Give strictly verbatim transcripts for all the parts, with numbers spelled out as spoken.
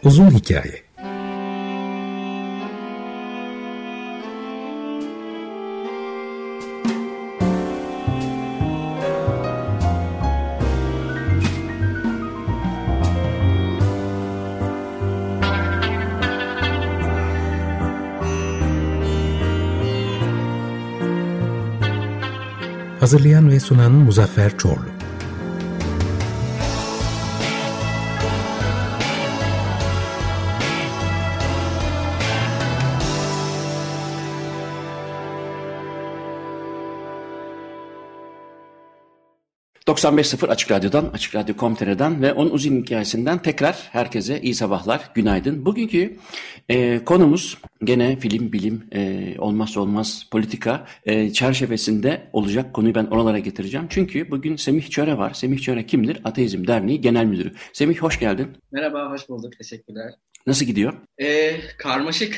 Uzun hikaye. Hazırlayan ve sunan Muzaffer Çorlu. doksan beş nokta sıfır Açık Radyo'dan, Açık Radyo nokta com nokta tr'den ve onun uzun hikayesinden tekrar herkese iyi sabahlar, günaydın. Bugünkü e, konumuz gene film, bilim, e, olmazsa olmaz politika e, çerçevesinde olacak. Konuyu ben oralara getireceğim. Çünkü bugün Semih Çöre var. Semih Çöre kimdir? Ateizm Derneği Genel Müdürü. Semih, hoş geldin. Merhaba, hoş bulduk. Teşekkürler. Nasıl gidiyor? Ee, karmaşık.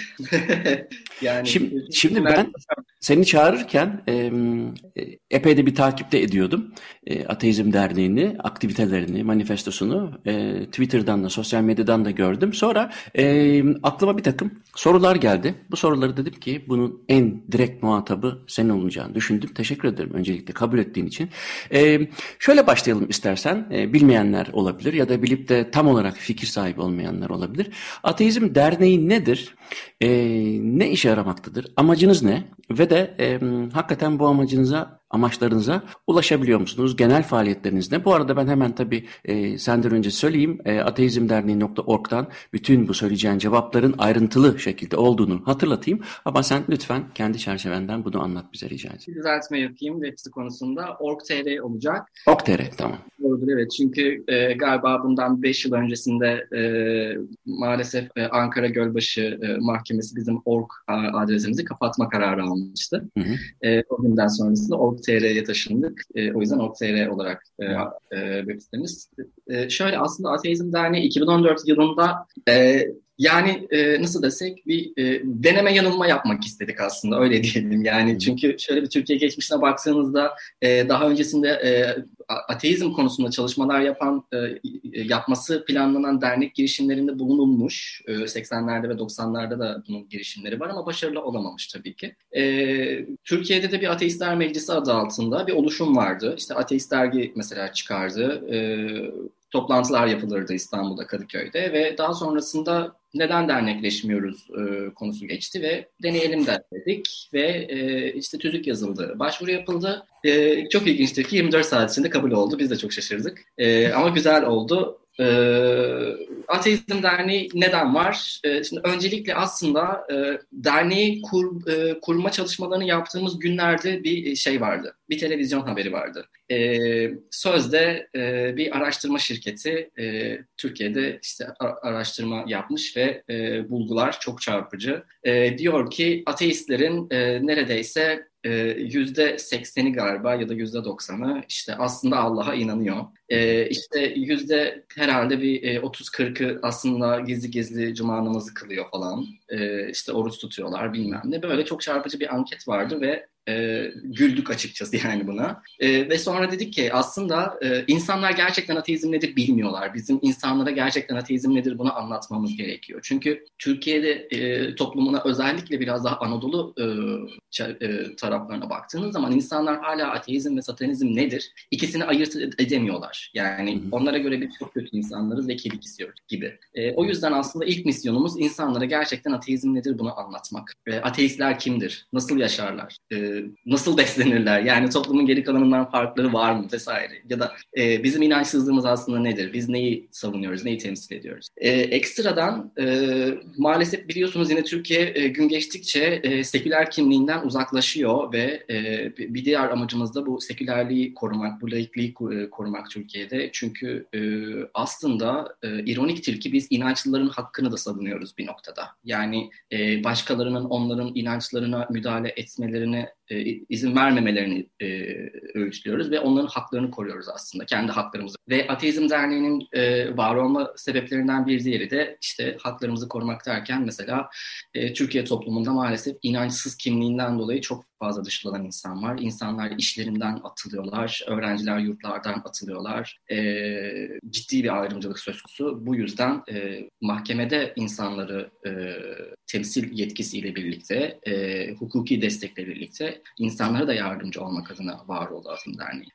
yani Şimdi, şimdi ben seni çağırırken e, epey de bir takipte ediyordum. E, Ateizm Derneği'ni, aktivitelerini, manifestosunu e, Twitter'dan da, sosyal medyadan da gördüm. Sonra e, aklıma bir takım sorular geldi. Bu soruları dedim ki bunun en direkt muhatabı sen olacağını düşündüm. Teşekkür ederim öncelikle kabul ettiğin için. E, şöyle başlayalım istersen. E, bilmeyenler olabilir ya da bilip de tam olarak fikir sahibi olmayanlar olabilir. Ateizm Derneği nedir? E, ne işe yaramaktadır? Amacınız ne? Ve de e, hakikaten bu amacınıza, amaçlarınıza ulaşabiliyor musunuz? Genel faaliyetleriniz ne? Bu arada ben hemen tabii e, senden önce söyleyeyim. E, ateizm derneği nokta org'dan bütün bu söyleyeceğin cevapların ayrıntılı şekilde olduğunu hatırlatayım. Ama sen lütfen kendi çerçevenden bunu anlat bize, rica edeyim. Bir düzeltme yapayım web site konusunda. org nokta tr olacak. org nokta tr, tamam. Doğrudur, evet. Çünkü e, galiba bundan beş yıl öncesinde e, maalesef e, Ankara Gölbaşı e, Mahkemesi bizim org adresimizi kapatma kararı almıştı. Hı hı. E, o günden sonrasında org nokta tr'ye taşındık. E, o yüzden org nokta tr olarak e, e, web sitemiz. E, şöyle aslında Ateizm Derneği iki bin on dört yılında e, yani e, nasıl desek bir e, deneme yanılma yapmak istedik aslında, öyle diyelim. Yani çünkü şöyle bir Türkiye geçmişine baktığınızda e, daha öncesinde e, ateizm konusunda çalışmalar yapan, e, yapması planlanan dernek girişimlerinde bulunulmuş. E, seksenlerde ve doksanlarda da bunun girişimleri var ama başarılı olamamış tabii ki. E, Türkiye'de de bir Ateistler Meclisi adı altında bir oluşum vardı. İşte Ateist Dergi mesela çıkardı. E, toplantılar yapılırdı İstanbul'da, Kadıköy'de ve daha sonrasında neden dernekleşmiyoruz e, konusu geçti ve deneyelim dedik ve e, işte tüzük yazıldı, başvuru yapıldı. E, çok ilginçtir ki yirmi dört saat içinde kabul oldu. Biz de çok şaşırdık. E, ama güzel oldu. E, Ateizm Derneği neden var? E, şimdi öncelikle aslında e, derneği kur, e, kurma çalışmalarını yaptığımız günlerde bir şey vardı. Bir televizyon haberi vardı. E, sözde e, bir araştırma şirketi e, Türkiye'de işte araştırma yapmış ve e, bulgular çok çarpıcı. E, diyor ki ateistlerin e, neredeyse yüzde sekseni galiba ya da yüzde doksanı işte aslında Allah'a inanıyor. Ee, işte yüzde herhalde bir otuz kırkı aslında gizli gizli cuma namazı kılıyor falan. Ee, işte oruç tutuyorlar bilmem ne. Böyle çok çarpıcı bir anket vardı ve E, güldük açıkçası yani buna. E, ve sonra dedik ki aslında e, insanlar gerçekten ateizm nedir bilmiyorlar. Bizim insanlara gerçekten ateizm nedir bunu anlatmamız gerekiyor. Çünkü Türkiye'de e, toplumuna özellikle biraz daha Anadolu e, e, taraflarına baktığınız zaman insanlar hala ateizm ve satanizm nedir? İkisini ayırt edemiyorlar. Yani onlara göre biz çok kötü insanlarız ve kelik istiyoruz gibi. E, o yüzden aslında ilk misyonumuz insanlara gerçekten ateizm nedir bunu anlatmak. E, ateistler kimdir? Nasıl yaşarlar? E, nasıl beslenirler? Yani toplumun geri kalanından farkları var mı vesaire? Ya da e, bizim inançsızlığımız aslında nedir? Biz neyi savunuyoruz? Neyi temsil ediyoruz? E, ekstradan e, maalesef biliyorsunuz yine Türkiye e, gün geçtikçe e, seküler kimliğinden uzaklaşıyor ve e, bir diğer amacımız da bu sekülerliği korumak, bu laikliği korumak Türkiye'de. Çünkü e, aslında e, ironiktir ki biz inançlıların hakkını da savunuyoruz bir noktada. Yani e, başkalarının onların inançlarına müdahale etmelerini e, izin vermemelerini e, öğütlüyoruz ve onların haklarını koruyoruz aslında, kendi haklarımızı. Ve Ateizm Derneği'nin e, var olma sebeplerinden bir diğeri de işte haklarımızı korumak derken mesela e, Türkiye toplumunda maalesef inançsız kimliğinden dolayı çok fazla dışlanan insan var. İnsanlar işlerinden atılıyorlar, öğrenciler yurtlardan atılıyorlar. E, ciddi bir ayrımcılık söz konusu. Bu yüzden e, mahkemede insanları e, temsil yetkisiyle birlikte, e, hukuki destekle birlikte insanlara da yardımcı olmak adına var oldu Ateizm Derneği.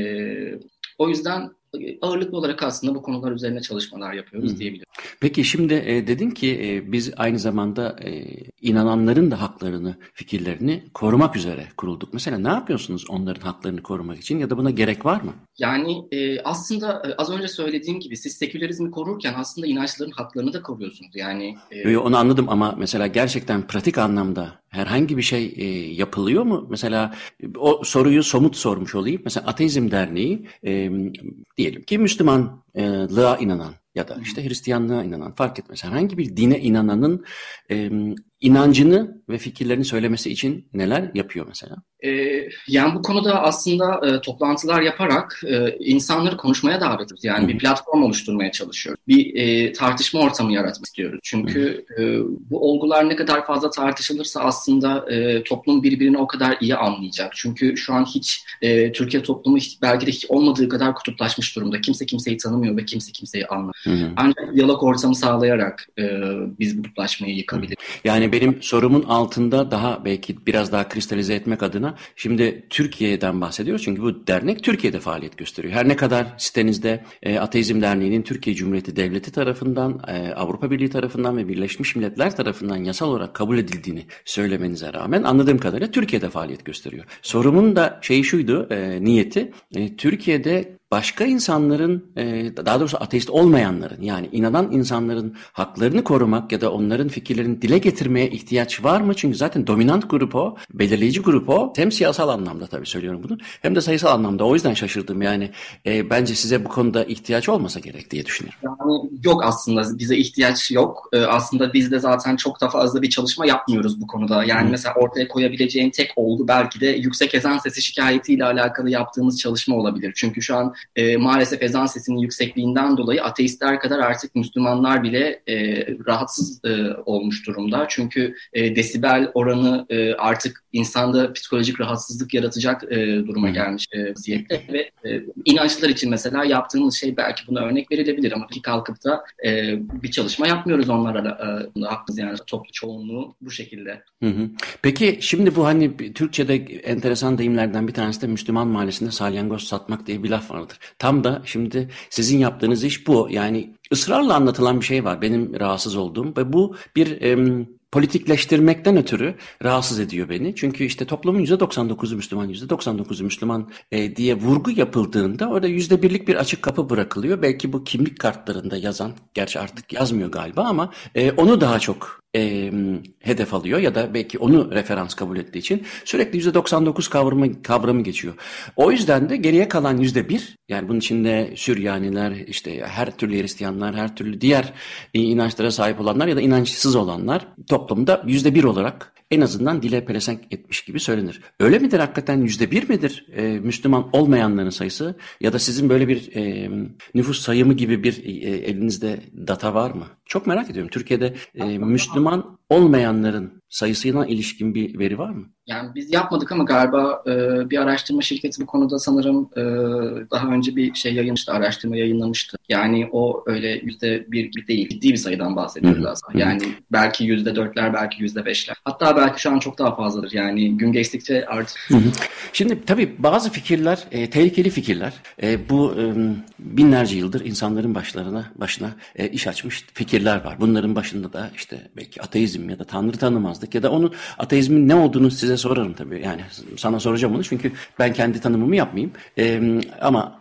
E, o yüzden ağırlıklı olarak aslında bu konular üzerine çalışmalar yapıyoruz hmm. diyebilirim. Peki şimdi e, dedin ki e, biz aynı zamanda e, inananların da haklarını, fikirlerini korumak üzere kurulduk. Mesela ne yapıyorsunuz onların haklarını korumak için ya da buna gerek var mı? Yani e, aslında e, az önce söylediğim gibi siz sekülerizmi korurken aslında inançların haklarını da koruyorsunuz. Yani e... Yo, onu anladım ama mesela gerçekten pratik anlamda herhangi bir şey e, yapılıyor mu? Mesela o soruyu somut sormuş olayım. Mesela Ateizm Derneği e, diyelim ki Müslümanlığa inanan ya da işte Hristiyanlığa inanan, fark etmez. Herhangi bir dine inananın e, inancını ve fikirlerini söylemesi için neler yapıyor mesela? Ee, yani bu konuda aslında e, toplantılar yaparak e, insanları konuşmaya davet ediyoruz. Yani Hı. bir platform oluşturmaya çalışıyoruz. Bir e, tartışma ortamı yaratmak istiyoruz. Çünkü e, bu olgular ne kadar fazla tartışılırsa aslında e, toplum birbirini o kadar iyi anlayacak. Çünkü şu an hiç e, Türkiye toplumu hiç, belki de hiç olmadığı kadar kutuplaşmış durumda. Kimse kimseyi tanımıyor ve kimse kimseyi anlamıyor. Hı. Ancak diyalog ortamı sağlayarak e, biz bu kutuplaşmayı yıkabiliriz. Yani benim sorumun altında daha belki biraz daha kristalize etmek adına şimdi Türkiye'den bahsediyoruz çünkü bu dernek Türkiye'de faaliyet gösteriyor. Her ne kadar sitenizde e, Ateizm Derneği'nin Türkiye Cumhuriyeti Devleti tarafından, e, Avrupa Birliği tarafından ve Birleşmiş Milletler tarafından yasal olarak kabul edildiğini söylemenize rağmen anladığım kadarıyla Türkiye'de faaliyet gösteriyor. Sorumun da şeyi şuydu, e, niyeti e, Türkiye'de başka insanların, daha doğrusu ateist olmayanların yani inanan insanların haklarını korumak ya da onların fikirlerini dile getirmeye ihtiyaç var mı? Çünkü zaten dominant grup o, belirleyici grup o. Hem siyasal anlamda tabii söylüyorum bunu hem de sayısal anlamda. O yüzden şaşırdım yani e, bence size bu konuda ihtiyaç olmasa gerek diye düşünüyorum. Yani yok aslında bize ihtiyaç yok. Ee, aslında biz de zaten çok da fazla bir çalışma yapmıyoruz bu konuda. Yani Hı. mesela ortaya koyabileceğim tek olgu belki de yüksek ezan sesi şikayetiyle alakalı yaptığımız çalışma olabilir. Çünkü şu an E, maalesef ezan sesinin yüksekliğinden dolayı ateistler kadar artık Müslümanlar bile e, rahatsız e, olmuş durumda. Çünkü e, desibel oranı e, artık insanda psikolojik rahatsızlık yaratacak e, duruma gelmiş e, vaziyette ve e, inançlılar için mesela yaptığımız şey belki buna örnek verilebilir ama ki kalkıp da e, bir çalışma yapmıyoruz onlara e, haklısınız yani toplu çoğunluğu bu şekilde. Hı hı. Peki şimdi bu hani Türkçe'de enteresan deyimlerden bir tanesi de Müslüman mahallesinde salyangoz satmak diye bir laf vardır. Tam da şimdi sizin yaptığınız iş bu. Yani ısrarla anlatılan bir şey var benim rahatsız olduğum ve bu bir e, politikleştirmekten ötürü rahatsız ediyor beni. Çünkü işte toplumun yüzde doksan dokuzu Müslüman, yüzde doksan dokuzu Müslüman e, diye vurgu yapıldığında orada yüzde birlik bir açık kapı bırakılıyor. Belki bu kimlik kartlarında yazan, gerçi artık yazmıyor galiba ama e, onu daha çok e, hedef alıyor ya da belki onu referans kabul ettiği için sürekli yüzde doksan dokuz kavramı, kavramı geçiyor. O yüzden de geriye kalan yüzde bir yani bunun içinde Süryaniler, işte her türlü Hristiyanlar, her türlü diğer e, inançlara sahip olanlar ya da inançsız olanlar toplumda yüzde bir olarak en azından dile pelesenk etmiş gibi söylenir. Öyle midir hakikaten yüzde bir midir e, Müslüman olmayanların sayısı ya da sizin böyle bir e, nüfus sayımı gibi bir e, elinizde data var mı? Çok merak ediyorum. Türkiye'de e, Müslüman olmayanların sayısına ilişkin bir veri var mı? Yani biz yapmadık ama galiba e, bir araştırma şirketi bu konuda sanırım e, daha önce bir şey yayınlamıştı, araştırma yayınlamıştı. Yani o öyle yüzde bir değil, ciddi bir sayıdan bahsediyoruz Hı-hı. aslında. Yani Hı-hı. belki yüzde dörtler, belki yüzde beşler. Hatta belki şu an çok daha fazladır. Yani gün geçtikçe artık. Hı-hı. Şimdi tabii bazı fikirler, e, tehlikeli fikirler. E, bu e, binlerce yıldır insanların başlarına, başına e, iş açmış fikirler var. Bunların başında da işte belki ateizm ya da Tanrı tanımazlık ya da onun ateizmin ne olduğunu size sorarım tabii. Yani sana soracağım onu çünkü ben kendi tanımımı yapmayayım. Ee, ama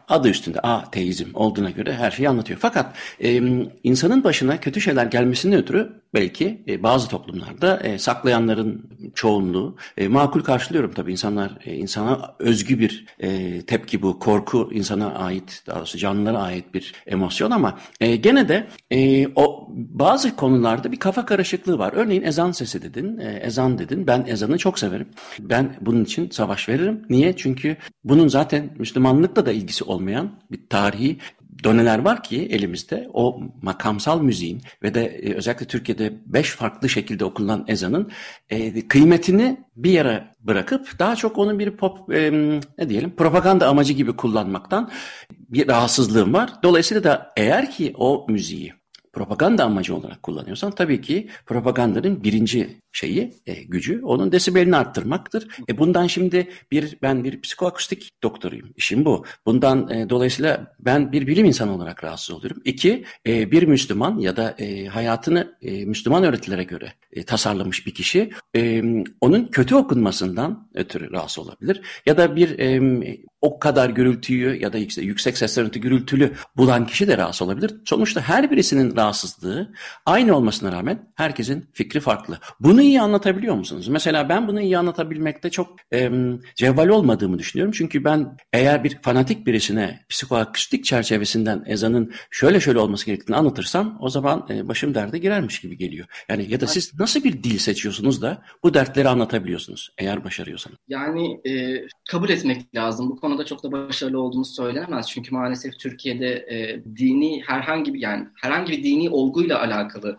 adı üstünde ateizm olduğuna göre her şeyi anlatıyor. Fakat e, insanın başına kötü şeyler gelmesinden ötürü belki e, bazı toplumlarda e, saklayanların çoğunluğu e, makul karşılıyorum tabii. İnsanlar e, insana özgü bir e, tepki bu. Korku insana ait, daha doğrusu canlılara ait bir emosyon ama e, gene de e, o bazı konularda bir kafa karışıklığı var. Örneğin ezan sesi dedin, e, ezan dedin. Ben ezanı çok severim. Ben bunun için savaş veririm. Niye? Çünkü bunun zaten Müslümanlıkla da ilgisi olmayan bir tarihi doneler var ki elimizde o makamsal müziğin ve de e, özellikle Türkiye'de beş farklı şekilde okunan ezanın e, kıymetini bir yere bırakıp daha çok onu bir pop e, ne diyelim propaganda amacı gibi kullanmaktan bir rahatsızlığım var. Dolayısıyla da eğer ki o müziği propaganda amacı olarak kullanıyorsan tabii ki propagandanın birinci şeyi, e, gücü onun desibelini arttırmaktır. E bundan şimdi bir ben bir psikoakustik doktoruyum. İşim bu. Bundan e, dolayısıyla ben bir bilim insanı olarak rahatsız oluyorum. İki, e, bir Müslüman ya da e, hayatını e, Müslüman öğretilere göre e, tasarlamış bir kişi e, onun kötü okunmasından ötürü rahatsız olabilir. Ya da bir e, o kadar gürültüyü ya da işte yüksek sesler gürültülü bulan kişi de rahatsız olabilir. Sonuçta her birisinin rahatsızlığı aynı olmasına rağmen herkesin fikri farklı. Bunu iyi anlatabiliyor musunuz? Mesela ben bunu iyi anlatabilmekte çok e, cevval olmadığımı düşünüyorum. Çünkü ben eğer bir fanatik birisine psikoakustik çerçevesinden ezanın şöyle şöyle olması gerektiğini anlatırsam o zaman e, başım derde girermiş gibi geliyor. Yani ya da siz nasıl bir dil seçiyorsunuz da bu dertleri anlatabiliyorsunuz eğer başarıyorsanız? Yani e, kabul etmek lazım. Bu konuda çok da başarılı olduğumuz söylenemez. Çünkü maalesef Türkiye'de e, dini herhangi bir yani herhangi bir dini olguyla alakalı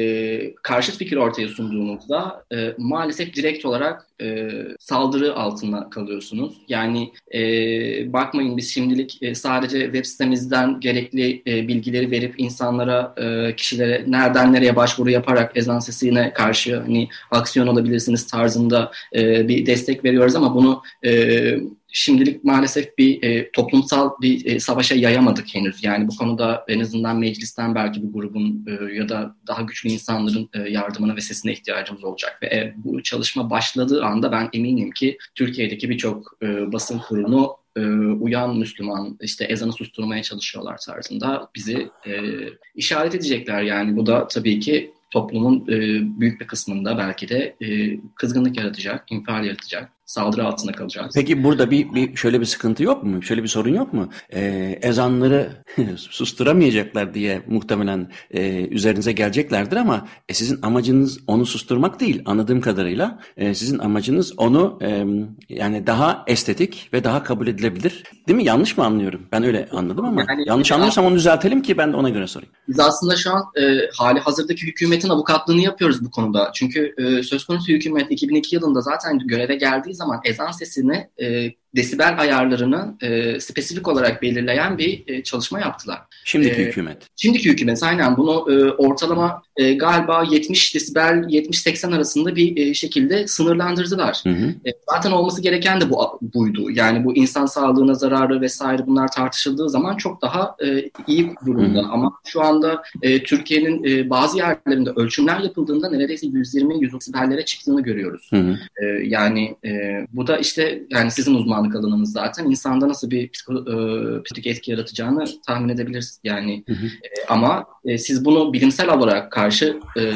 e, karşıt fikir ortaya sunduğunuzda e, maalesef direkt olarak e, saldırı altında kalıyorsunuz. Yani e, bakmayın biz şimdilik e, sadece web sitemizden gerekli e, bilgileri verip insanlara, e, kişilere nereden nereye başvuru yaparak ezan sesine karşı hani aksiyon alabilirsiniz tarzında e, bir destek veriyoruz ama bunu e, şimdilik maalesef bir e, toplumsal bir e, savaşa yayamadık henüz. Yani bu konuda en azından meclisten belki bir grubun e, ya da daha güçlü insanların e, yardımına ve sesine ihtiyacımız olacak. Ve e, bu çalışma başladığı anda ben eminim ki Türkiye'deki birçok e, basın kurulu e, uyan Müslüman işte ezanı susturmaya çalışıyorlar tarzında bizi e, işaret edecekler. Yani bu da tabii ki toplumun e, büyük bir kısmında belki de e, kızgınlık yaratacak, infial yaratacak, saldırı altında kalacağız. Peki burada bir, bir şöyle bir sıkıntı yok mu? Şöyle bir sorun yok mu? Ee, ezanları susturamayacaklar diye muhtemelen e, üzerinize geleceklerdir ama e, sizin amacınız onu susturmak değil anladığım kadarıyla. E, sizin amacınız onu e, yani daha estetik ve daha kabul edilebilir. Değil mi? Yanlış mı anlıyorum? Ben öyle anladım ama yani, yanlış anlıyorsam onu düzeltelim ki ben de ona göre sorayım. Biz aslında şu an e, hali hazırdaki hükümetin avukatlığını yapıyoruz bu konuda. Çünkü e, söz konusu hükümet iki bin iki yılında zaten göreve geldiği zaman ezan sesini e, desibel ayarlarını e, spesifik olarak belirleyen bir e, çalışma yaptılar. Şimdiki e, hükümet. Şimdiki hükümet aynen bunu e, ortalama e, galiba yetmiş desibel yetmiş seksen arasında bir e, şekilde sınırlandırdılar. Hı hı. E, zaten olması gereken de bu buydu. Yani bu insan sağlığına zararı vesaire bunlar tartışıldığı zaman çok daha e, iyi durumda. Hı hı. Ama şu anda e, Türkiye'nin e, bazı yerlerinde ölçümler yapıldığında neredeyse yüz yirmi yüz otuz desibellere çıktığını görüyoruz. Hı hı. E, yani e, bu da işte yani sizin uzman alanımız zaten insanda nasıl bir psikolojik etki yaratacağını tahmin edebiliriz yani hı hı. E, ama e, siz bunu bilimsel olarak karşı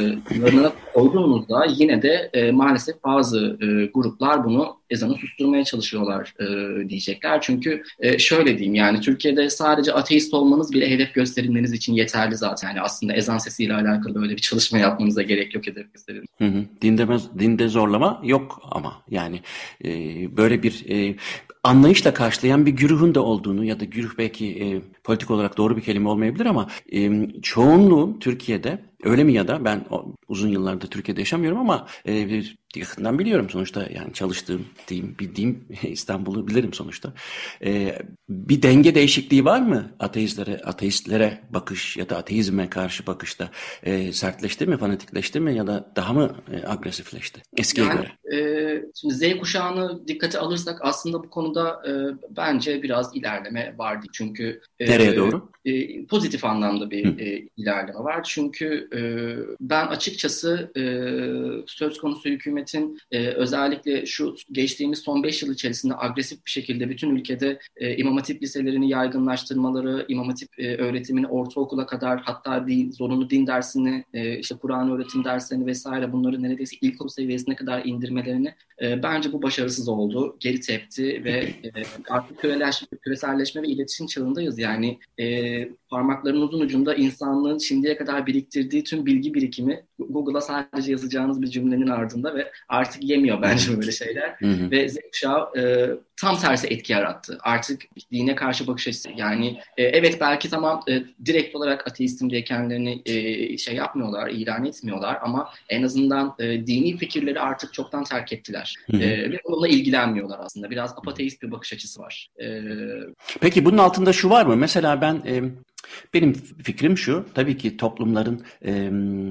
e, olduğunuzda yine de e, maalesef bazı e, gruplar bunu ezanı susturmaya çalışıyorlar e, diyecekler çünkü e, şöyle diyeyim yani Türkiye'de sadece ateist olmanız bile hedef gösterilmeniz için yeterli zaten yani aslında ezan sesiyle alakalı böyle bir çalışma yapmanıza gerek yok hedef gösterilmeniz. Hı hı. Dinde, dinde zorlama yok ama yani e, böyle bir e, anlayışla karşılayan bir güruhun da olduğunu ya da güruh belki e, politik olarak doğru bir kelime olmayabilir ama e, çoğunluğun Türkiye'de öyle mi ya da ben o, uzun yıllardır Türkiye'de yaşamıyorum ama e, bir, yakından biliyorum sonuçta yani çalıştığım diyeyim, bildiğim İstanbul'u bilirim sonuçta. E, bir denge değişikliği var mı ateistlere, ateistlere bakış ya da ateizme karşı bakışta e, sertleşti mi, fanatikleşti mi ya da daha mı e, agresifleşti eskiye yani, göre? E, şimdi Z kuşağını dikkate alırsak aslında bu konuda e, bence biraz ilerleme vardı çünkü e, nereye doğru? E, pozitif anlamda bir e, ilerleme var çünkü e, ben açıkçası e, söz konusu hükümet hükümetin e, özellikle şu geçtiğimiz son beş yıl içerisinde agresif bir şekilde bütün ülkede e, İmam Hatip liselerini yaygınlaştırmaları, İmam Hatip e, öğretimini ortaokula kadar, hatta din, zorunlu din dersini, e, işte Kur'an öğretim derslerini vesaire, bunları neredeyse ilkokul seviyesine kadar indirmelerini, e, bence bu başarısız oldu. Geri tepti ve e, artık küreselleşme, küreselleşme ve iletişim çağındayız. Yani e, parmakların uzun ucunda insanlığın şimdiye kadar biriktirdiği tüm bilgi birikimi Google'a sadece yazacağınız bir cümlenin ardında ve artık yemiyor bence böyle şeyler. Hı hı. Ve Z kuşağı e, tam tersi etki yarattı. Artık dine karşı bakış açısı, yani e, evet belki tamam e, direkt olarak ateistim diye kendilerini e, şey yapmıyorlar, ilan etmiyorlar ama en azından e, dini fikirleri artık çoktan terk ettiler. E, ve onunla ilgilenmiyorlar aslında. Biraz apateist bir bakış açısı var. E, Peki bunun altında şu var mı? Mesela ben e, benim fikrim şu, tabii ki toplumların e,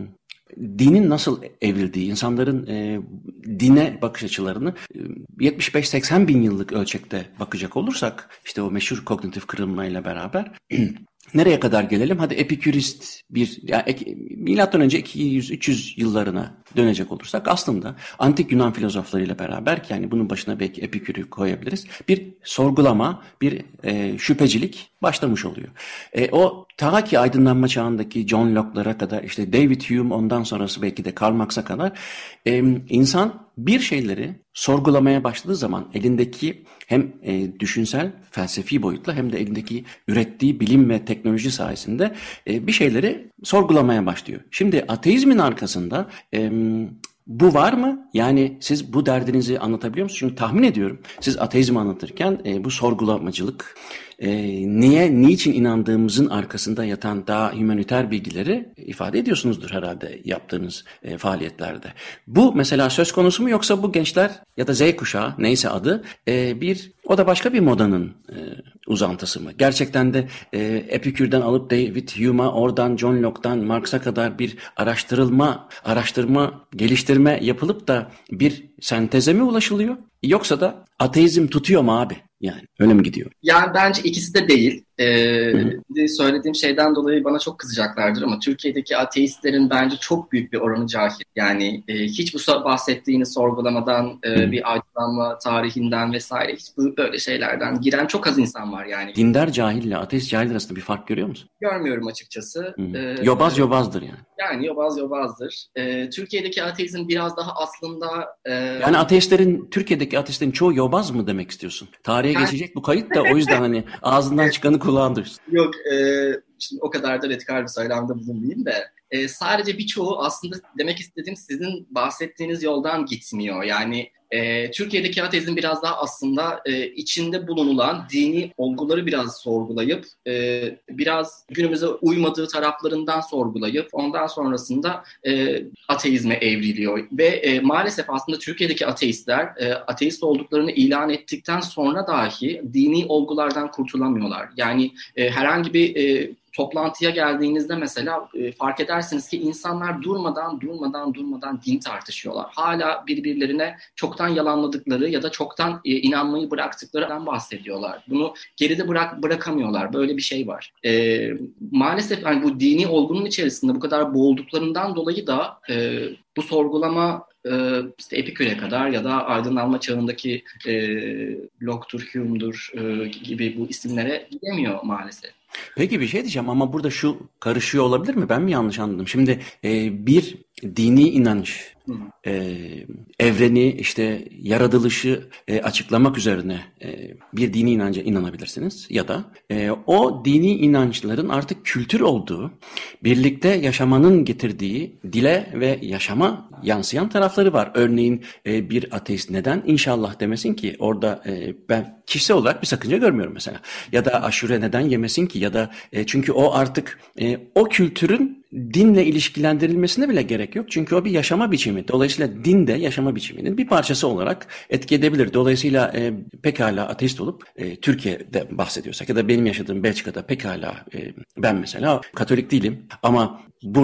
dinin nasıl evrildiği, insanların e, dine bakış açılarını e, yetmiş beş seksen bin yıllık ölçekte bakacak olursak, işte o meşhur kognitif kırılmayla beraber nereye kadar gelelim? Hadi epikürist bir, yani milattan önce iki yüz üç yüz yıllarına dönecek olursak, aslında antik Yunan filozoflarıyla beraber, ki yani bunun başına belki Epikür'ü koyabiliriz, bir sorgulama, bir e, şüphecilik başlamış oluyor. E, o ta ki aydınlanma çağındaki John Locke'lara kadar, işte David Hume, ondan sonrası belki de Karl Marx'a kadar e, insan bir şeyleri sorgulamaya başladığı zaman elindeki hem e, düşünsel, felsefi boyutla hem de elindeki ürettiği bilim ve teknoloji sayesinde e, bir şeyleri sorgulamaya başlıyor. Şimdi ateizmin arkasında e, bu var mı? Yani siz bu derdinizi anlatabiliyor musunuz? Çünkü tahmin ediyorum siz ateizmi anlatırken e, bu sorgulamacılık, e, niye, niçin inandığımızın arkasında yatan daha hümaniter bilgileri ifade ediyorsunuzdur herhalde yaptığınız e, faaliyetlerde. Bu mesela söz konusu mu, yoksa bu gençler ya da Z kuşağı neyse adı e, bir, o da başka bir modanın e, uzantısı mı? Gerçekten de e, Epikür'den alıp David Hume'a, oradan John Locke'dan Marx'a kadar bir araştırılma, araştırma, geliştirme yapılıp da bir senteze mi ulaşılıyor? Yoksa da ateizm tutuyor mu abi? Yani öyle mi gidiyor? Yani bence ikisi de değil. Ee, söylediğim şeyden dolayı bana çok kızacaklardır ama Türkiye'deki ateistlerin bence çok büyük bir oranı cahil. Yani e, hiç bu bahsettiğini sorgulamadan, e, bir aydınlanma tarihinden vesaire, hiç bu böyle şeylerden giren çok az insan var yani. Dindar cahille ateist cahil arasında bir fark görüyor musun? Görmüyorum açıkçası. Ee, yobaz yobazdır yani. Yani yobaz yobazdır. Ee, Türkiye'deki ateizm biraz daha aslında... E, yani ateistlerin, Türkiye'deki ateistlerin çoğu yobaz mı demek istiyorsun? Tarihe yani... geçecek bu kayıt da o yüzden hani ağzından çıkanı kulağın duysun. Yok, e, şimdi o kadar da radikal bir söylemde bulunmayayım da e, sadece birçoğu aslında demek istediğim sizin bahsettiğiniz yoldan gitmiyor. Yani e, Türkiye'deki ateizm biraz daha aslında e, içinde bulunulan dini olguları biraz sorgulayıp e, biraz günümüze uymadığı taraflarından sorgulayıp ondan sonrasında e, ateizme evriliyor. Ve e, maalesef aslında Türkiye'deki ateistler e, ateist olduklarını ilan ettikten sonra dahi dini olgulardan kurtulamıyorlar. Yani e, herhangi bir e, toplantıya geldiğinizde mesela e, fark edersiniz ki insanlar durmadan durmadan durmadan din tartışıyorlar. Hala birbirlerine çoktan yalanladıkları ya da çoktan e, inanmayı bıraktıklarından bahsediyorlar. Bunu geride bırak bırakamıyorlar. Böyle bir şey var. E, maalesef yani bu dini olgunun içerisinde bu kadar boğulduklarından dolayı da e, bu sorgulama e, işte Epikür'e kadar ya da aydınlanma çağındaki e, Locke'tur, Hume'dur e, gibi bu isimlere gidemiyor maalesef. Peki bir şey diyeceğim ama burada şu karışıyor olabilir mi? Ben mi yanlış anladım? Şimdi e, bir dini inanç, e, evreni, işte yaratılışı e, açıklamak üzerine e, bir dini inanca inanabilirsiniz ya da e, o dini inançların artık kültür olduğu, birlikte yaşamanın getirdiği dile ve yaşama yansıyan tarafları var. Örneğin e, bir ateist neden inşallah demesin ki? Orada e, ben kişisel olarak bir sakınca görmüyorum mesela. Ya da aşure neden yemesin ki? Ya da e, çünkü o artık e, o kültürün dinle ilişkilendirilmesine bile gerek yok. Çünkü o bir yaşama biçimi. Dolayısıyla din de yaşama biçiminin bir parçası olarak etki edebilir. Dolayısıyla e, pekala ateist olup e, Türkiye'de bahsediyorsak ya da benim yaşadığım Belçika'da pekala e, ben mesela Katolik değilim ama burada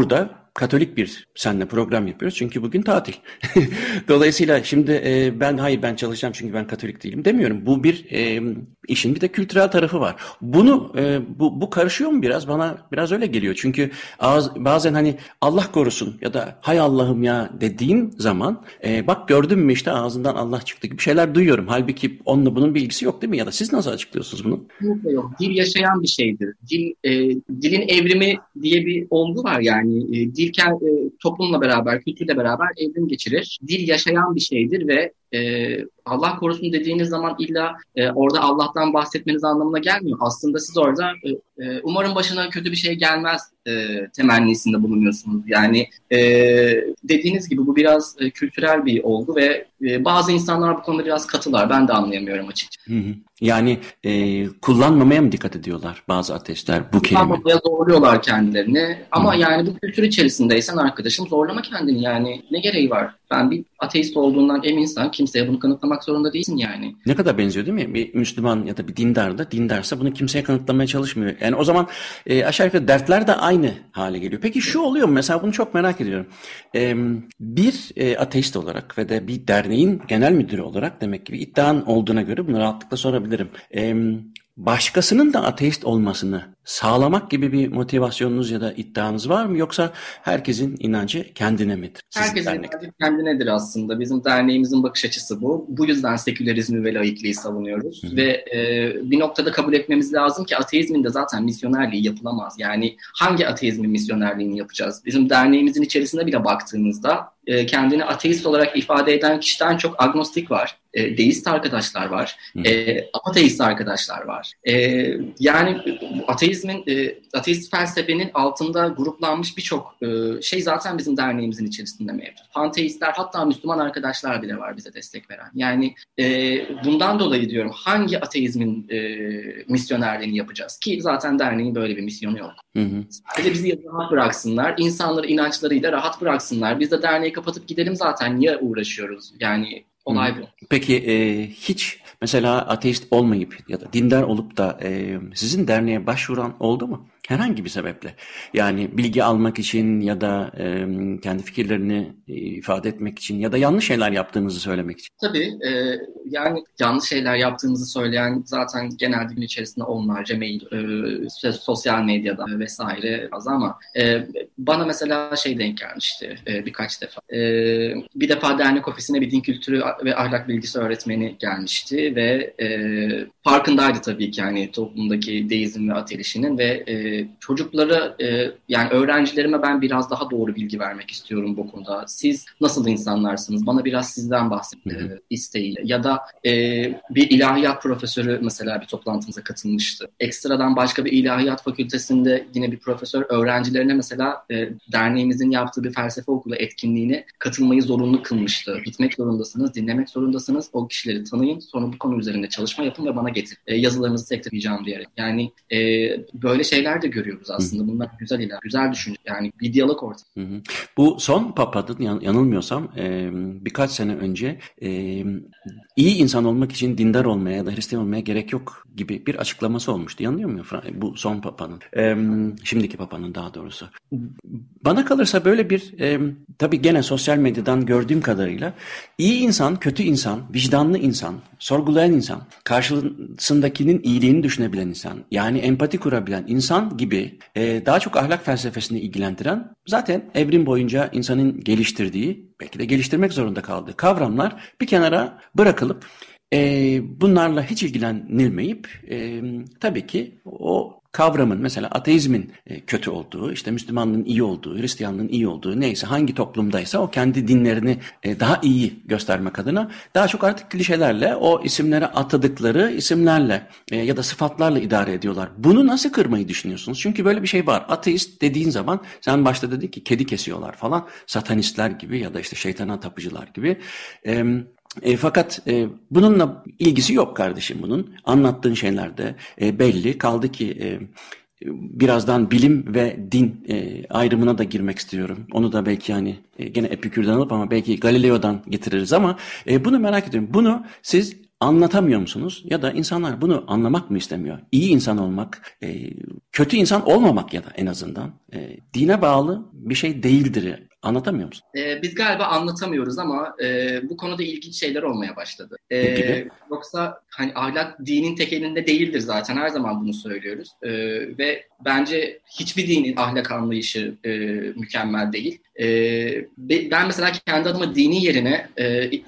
Katolik bir seninle program yapıyoruz çünkü bugün tatil. Dolayısıyla şimdi e, ben hayır ben çalışacağım çünkü ben Katolik değilim demiyorum. Bu bir e, işin bir de kültürel tarafı var. Bunu e, bu, bu karışıyor mu biraz? Bana biraz öyle geliyor. Çünkü ağız, bazen hani Allah korusun ya da hay Allah'ım ya dediğin zaman e, bak gördün mü işte ağzından Allah çıktı gibi şeyler duyuyorum. Halbuki onunla bunun bilgisi yok değil mi? Ya da siz nasıl açıklıyorsunuz bunu? Yok. Dil yaşayan bir şeydir. Dil e, dilin evrimi diye bir olgu var yani. E, dil e, toplumla beraber, kültürle beraber evrim geçirir. Dil yaşayan bir şeydir ve e, Allah korusun dediğiniz zaman illa e, orada Allah'tan bahsetmeniz anlamına gelmiyor. Aslında siz orada e, e, umarım başına kötü bir şey gelmez e, temennisinde bulunuyorsunuz. Yani e, dediğiniz gibi bu biraz e, kültürel bir olgu ve e, bazı insanlar bu konuda biraz katılar. Ben de anlayamıyorum açıkçası. Hı hı. Yani e, kullanmamaya mı dikkat ediyorlar bazı ateistler bu kelime? Kullanmamaya zorluyorlar kendilerini. Ama hı. yani bu kültür içerisindeysen arkadaşım zorlama kendini yani. Ne gereği var? Ben bir ateist olduğundan eminsen kimseye bunu kanıtlamak zorunda değilsin yani. Ne kadar benziyor değil mi? Bir Müslüman ya da bir dindar da dindarsa bunu kimseye kanıtlamaya çalışmıyor. Yani o zaman e, aşağı yukarı dertler de aynı hale geliyor. Peki şu oluyor mu? Mesela bunu çok merak ediyorum. E, bir e, ateist olarak ve de bir derneğin genel müdürü olarak demek ki bir iddian olduğuna göre bunu rahatlıkla sorabilirim. E, başkasının da ateist olmasını sağlamak gibi bir motivasyonunuz ya da iddianız var mı? Yoksa herkesin inancı kendine midir? Sizin herkesin dernek. inancı kendinedir aslında. Bizim derneğimizin bakış açısı bu. Bu yüzden sekülerizmi ve laikliği savunuyoruz. Hı-hı. Ve e, bir noktada kabul etmemiz lazım ki ateizmin de zaten misyonerliği yapılamaz. Yani hangi ateizmin misyonerliğini yapacağız? Bizim derneğimizin içerisinde bile baktığımızda e, kendini ateist olarak ifade eden kişiden çok agnostik var. E, deist arkadaşlar var. E, ateist arkadaşlar var. E, yani ateizmin, e, ateist felsefenin altında gruplanmış birçok e, şey zaten bizim derneğimizin içerisinde mevcut. Panteistler, hatta Müslüman arkadaşlar bile var bize destek veren. Yani e, bundan dolayı diyorum hangi ateizmin e, misyonerliğini yapacağız ki zaten derneğin böyle bir misyonu yok. Hı hı. Sadece bizi rahat bıraksınlar, insanları inançlarıyla rahat bıraksınlar. Biz de derneği kapatıp gidelim zaten, niye uğraşıyoruz? Yani olay bu. Peki e, hiç mesela ateist olmayıp ya da dindar olup da e, sizin derneğe başvuran oldu mu? Herhangi bir sebeple. Yani bilgi almak için ya da e, kendi fikirlerini e, ifade etmek için ya da yanlış şeyler yaptığınızı söylemek için. Tabii. E, yani yanlış şeyler yaptığınızı söyleyen zaten genelde gün içerisinde onlarca mail, e, sosyal medyada vesaire az ama e, bana mesela şey denk gelmişti e, birkaç defa. E, bir defa dernek ofisine bir din kültürü ve ahlak bilgisi öğretmeni gelmişti ve e, farkındaydı tabii ki yani toplumdaki deizm ve ateizmin ve e, çocuklara e, yani öğrencilerime ben biraz daha doğru bilgi vermek istiyorum bu konuda. Siz nasıl insanlarsınız? Bana biraz sizden bahsedin e, isteğiyle. Ya da e, bir ilahiyat profesörü mesela bir toplantımıza katılmıştı. Ekstradan başka bir ilahiyat fakültesinde yine bir profesör öğrencilerine mesela e, derneğimizin yaptığı bir felsefe okulu etkinliğine katılmayı zorunlu kılmıştı. Gitmek zorundasınız, dinlemek zorundasınız. O kişileri tanıyın, sonra bu konu üzerinde çalışma yapın ve bana getirin. E, yazılarınızı teklifleyeceğim diyerek. Yani e, böyle şeyler de görüyoruz aslında. Bunlar güzel iler, güzel düşünce. Yani bir diyalog ortamı. Hı hı. Bu son papanın yan, yanılmıyorsam e, birkaç sene önce e, iyi insan olmak için dindar olmaya ya da Hristiyan olmaya gerek yok gibi bir açıklaması olmuştu. Yanılıyor muyum? Bu son papanın. E, şimdiki papanın daha doğrusu. Bana kalırsa böyle bir e, tabii gene sosyal medyadan gördüğüm kadarıyla iyi insan, kötü insan, vicdanlı insan, sorgulayan insan, karşısındakinin iyiliğini düşünebilen insan, yani empati kurabilen insan gibi e, daha çok ahlak felsefesini ilgilendiren, zaten evrim boyunca insanın geliştirdiği, belki de geliştirmek zorunda kaldığı kavramlar bir kenara bırakılıp e, bunlarla hiç ilgilenilmeyip e, tabii ki o kavramın mesela ateizmin kötü olduğu, işte Müslümanlığın iyi olduğu, Hristiyanlığın iyi olduğu neyse hangi toplumdaysa o kendi dinlerini daha iyi göstermek adına daha çok artık klişelerle o isimlere atadıkları isimlerle ya da sıfatlarla idare ediyorlar. Bunu nasıl kırmayı düşünüyorsunuz? Çünkü böyle bir şey var. Ateist dediğin zaman sen başta dedin ki kedi kesiyorlar falan, satanistler gibi ya da işte şeytana tapıcılar gibi. Ee, E, fakat e, bununla ilgisi yok kardeşim bunun. Anlattığın şeyler de e, belli. Kaldı ki e, birazdan bilim ve din e, ayrımına da girmek istiyorum. Onu da belki hani e, gene Epikür'den alıp ama belki Galileo'dan getiririz ama e, bunu merak ediyorum. Bunu siz anlatamıyor musunuz? Ya da insanlar bunu anlamak mı istemiyor? İyi insan olmak, e, kötü insan olmamak ya da en azından e, dine bağlı bir şey değildir. Anlatamıyor musun? Ee, biz galiba anlatamıyoruz ama e, bu konuda ilginç şeyler olmaya başladı. Ne Ee, gibi? Yoksa hani ahlak dinin tek elinde değildir zaten. Her zaman bunu söylüyoruz. Ee, ve bence hiçbir dinin ahlak anlayışı e, mükemmel değil. Ee, ben mesela kendi adıma dini yerine e,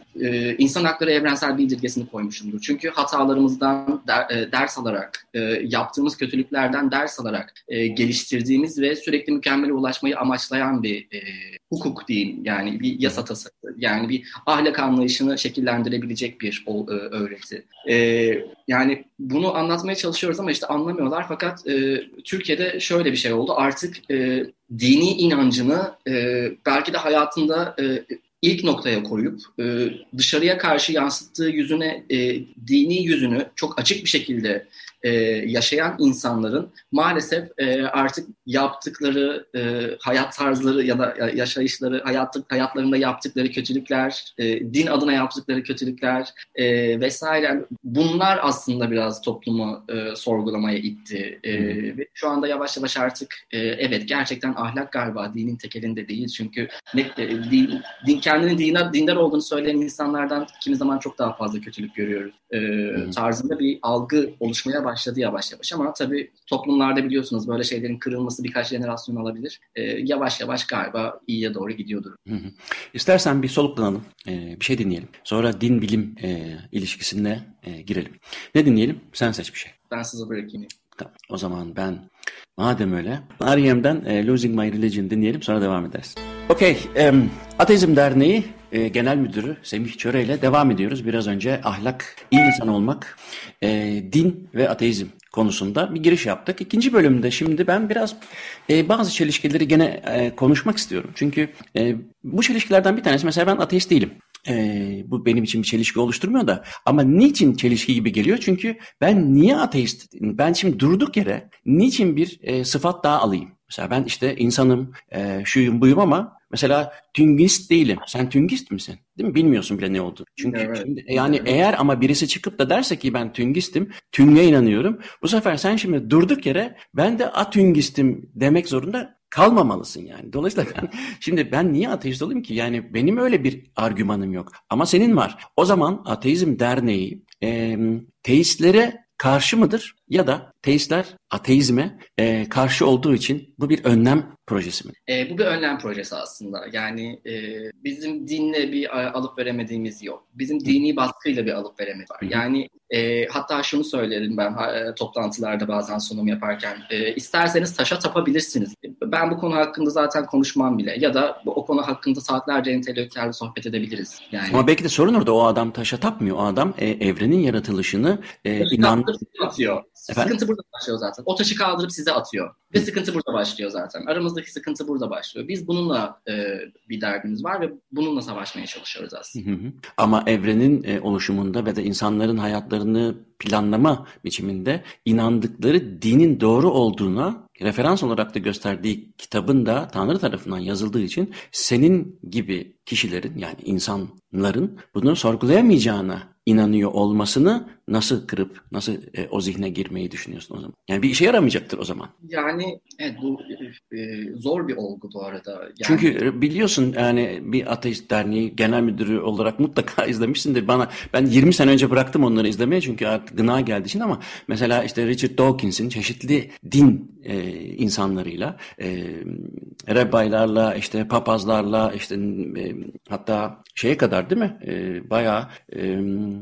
e, insan hakları evrensel bildirgesini koymuşumdur. Çünkü hatalarımızdan der, e, ders alarak, e, yaptığımız kötülüklerden ders alarak e, geliştirdiğimiz ve sürekli mükemmele ulaşmayı amaçlayan bir e, hukuk diyeyim, yani bir yasa tasarısı, yani bir ahlak anlayışını şekillendirebilecek bir o, e, öğreti. E, yani bunu anlatmaya çalışıyoruz ama işte anlamıyorlar. Fakat e, Türkiye'de şöyle bir şey oldu. Artık e, dini inancını e, belki de hayatında e, ilk noktaya koyup e, dışarıya karşı yansıttığı yüzüne, e, dini yüzünü çok açık bir şekilde e, yaşayan insanların maalesef e, artık yaptıkları e, hayat tarzları ya da yaşayışları, hayat, hayatlarında yaptıkları kötülükler, e, din adına yaptıkları kötülükler e, vesaire, bunlar aslında biraz toplumu e, sorgulamaya itti. E, ve şu anda yavaş yavaş artık e, evet, gerçekten ahlak galiba dinin tekelinde değil. Çünkü ne, e, din, din kendini dindar, dindar olduğunu söyleyen insanlardan kimi zaman çok daha fazla kötülük görüyoruz. E, tarzında bir algı oluşmaya başladı yavaş yavaş, ama tabii toplumlarda biliyorsunuz böyle şeylerin kırılması birkaç jenerasyon alabilir. E, yavaş yavaş galiba iyiye doğru gidiyordur. Hı hı. İstersen bir soluklanalım, e, bir şey dinleyelim. Sonra din bilim e, ilişkisine e, girelim. Ne dinleyelim? Sen seç bir şey. Ben size bırakayım. Tamam. O zaman ben, madem öyle, R E M'den e, Losing My Religion dinleyelim, sonra devam ederiz. Okey, um, Ateizm Derneği e, Genel Müdürü Semih Çöre ile devam ediyoruz. Biraz önce ahlak, iyi insan olmak, e, din ve ateizm konusunda bir giriş yaptık. İkinci bölümde şimdi ben biraz e, bazı çelişkileri gene e, konuşmak istiyorum. Çünkü e, bu çelişkilerden bir tanesi, mesela ben ateist değilim. Ee, bu benim için bir çelişki oluşturmuyor da, ama niçin çelişki gibi geliyor? Çünkü ben niye ateist? Ben şimdi durduk yere niçin bir e, sıfat daha alayım? Mesela ben işte insanım, e, şuyum buyum, ama mesela tüngist değilim. Sen tüngist misin? Değil mi? Bilmiyorsun bile ne olduğunu. Çünkü Evet. şimdi, yani evet. Eğer ama birisi çıkıp da derse ki ben tüngistim, tünge inanıyorum. Bu sefer sen şimdi durduk yere ben de atüngistim demek zorunda kalmamalısın yani. Dolayısıyla ben, şimdi ben niye ateist olayım ki? Yani benim öyle bir argümanım yok. Ama senin var. O zaman Ateizm Derneği e, teistlere karşı mıdır? Ya da teistler ateizme e, karşı olduğu için bu bir önlem projesi mi? E, bu bir önlem projesi aslında. Yani e, bizim dinle bir a, alıp veremediğimiz yok. Bizim dini baskıyla bir alıp veremediğimiz var. Yani e, hatta şunu söylerim ben e, toplantılarda bazen sunum yaparken. E, isterseniz taşa tapabilirsiniz. Ben bu konu hakkında zaten konuşmam bile. Ya da o konu hakkında saatlerce entelektüel sohbet edebiliriz. Yani. Ama belki de sorun orada, o adam taşa tapmıyor. O adam e, evrenin yaratılışını e, inan... atıyor. Efendim? Sıkıntı burada başlıyor zaten. O taşı kaldırıp size atıyor. Ve sıkıntı burada başlıyor zaten. Aramızdaki sıkıntı burada başlıyor. Biz bununla e, bir derdimiz var ve bununla savaşmaya çalışıyoruz aslında. Hı hı. Ama evrenin e, oluşumunda ve de insanların hayatlarını planlama biçiminde inandıkları dinin doğru olduğuna referans olarak da gösterdiği kitabın da Tanrı tarafından yazıldığı için senin gibi kişilerin, yani insanların bunu sorgulayamayacağına inanıyor olmasını nasıl kırıp nasıl e, o zihne girmeyi düşünüyorsun o zaman? Yani bir işe yaramayacaktır o zaman. Yani evet, bu e, zor bir olgu bu arada. Yani... Çünkü biliyorsun, yani bir ateist derneği genel müdürü olarak mutlaka izlemişsindir. Bana, ben yirmi sene önce bıraktım onları izlemeye çünkü artık gına geldiği için, ama mesela işte Richard Dawkins'in çeşitli din e, insanlarıyla, e, rebbaylarla, işte papazlarla, işte e, hatta şeye kadar, değil mi? E, bayağı e,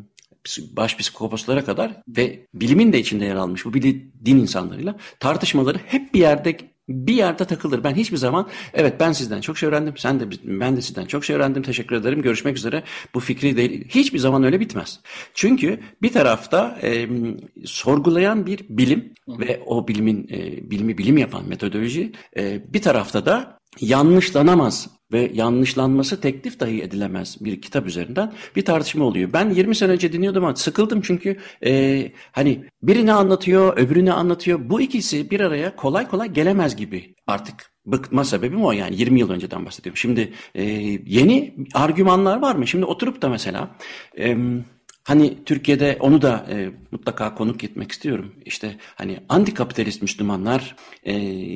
baş psikopatlara kadar ve bilimin de içinde yer almış bu bili, din insanlarıyla tartışmaları hep bir yerde bir yerde takılır. Ben hiçbir zaman evet ben sizden çok şey öğrendim, sen de ben de sizden çok şey öğrendim, teşekkür ederim, görüşmek üzere, bu fikri değil. Hiçbir zaman öyle bitmez. Çünkü bir tarafta e, sorgulayan bir bilim ve o bilimin e, bilimi bilim yapan metodoloji, e, bir tarafta da yanlışlanamaz ve yanlışlanması teklif dahi edilemez bir kitap üzerinden bir tartışma oluyor. Ben yirmi sene önce dinliyordum ama sıkıldım çünkü e, hani birini anlatıyor, öbürünü anlatıyor. Bu ikisi bir araya kolay kolay gelemez gibi. Artık bıkma sebebim o, yani yirmi yıl önceden bahsediyorum. Şimdi e, yeni argümanlar var mı? Şimdi oturup da mesela e, Hani Türkiye'de onu da e, mutlaka konuk etmek istiyorum. İşte hani antikapitalist Müslümanlar e,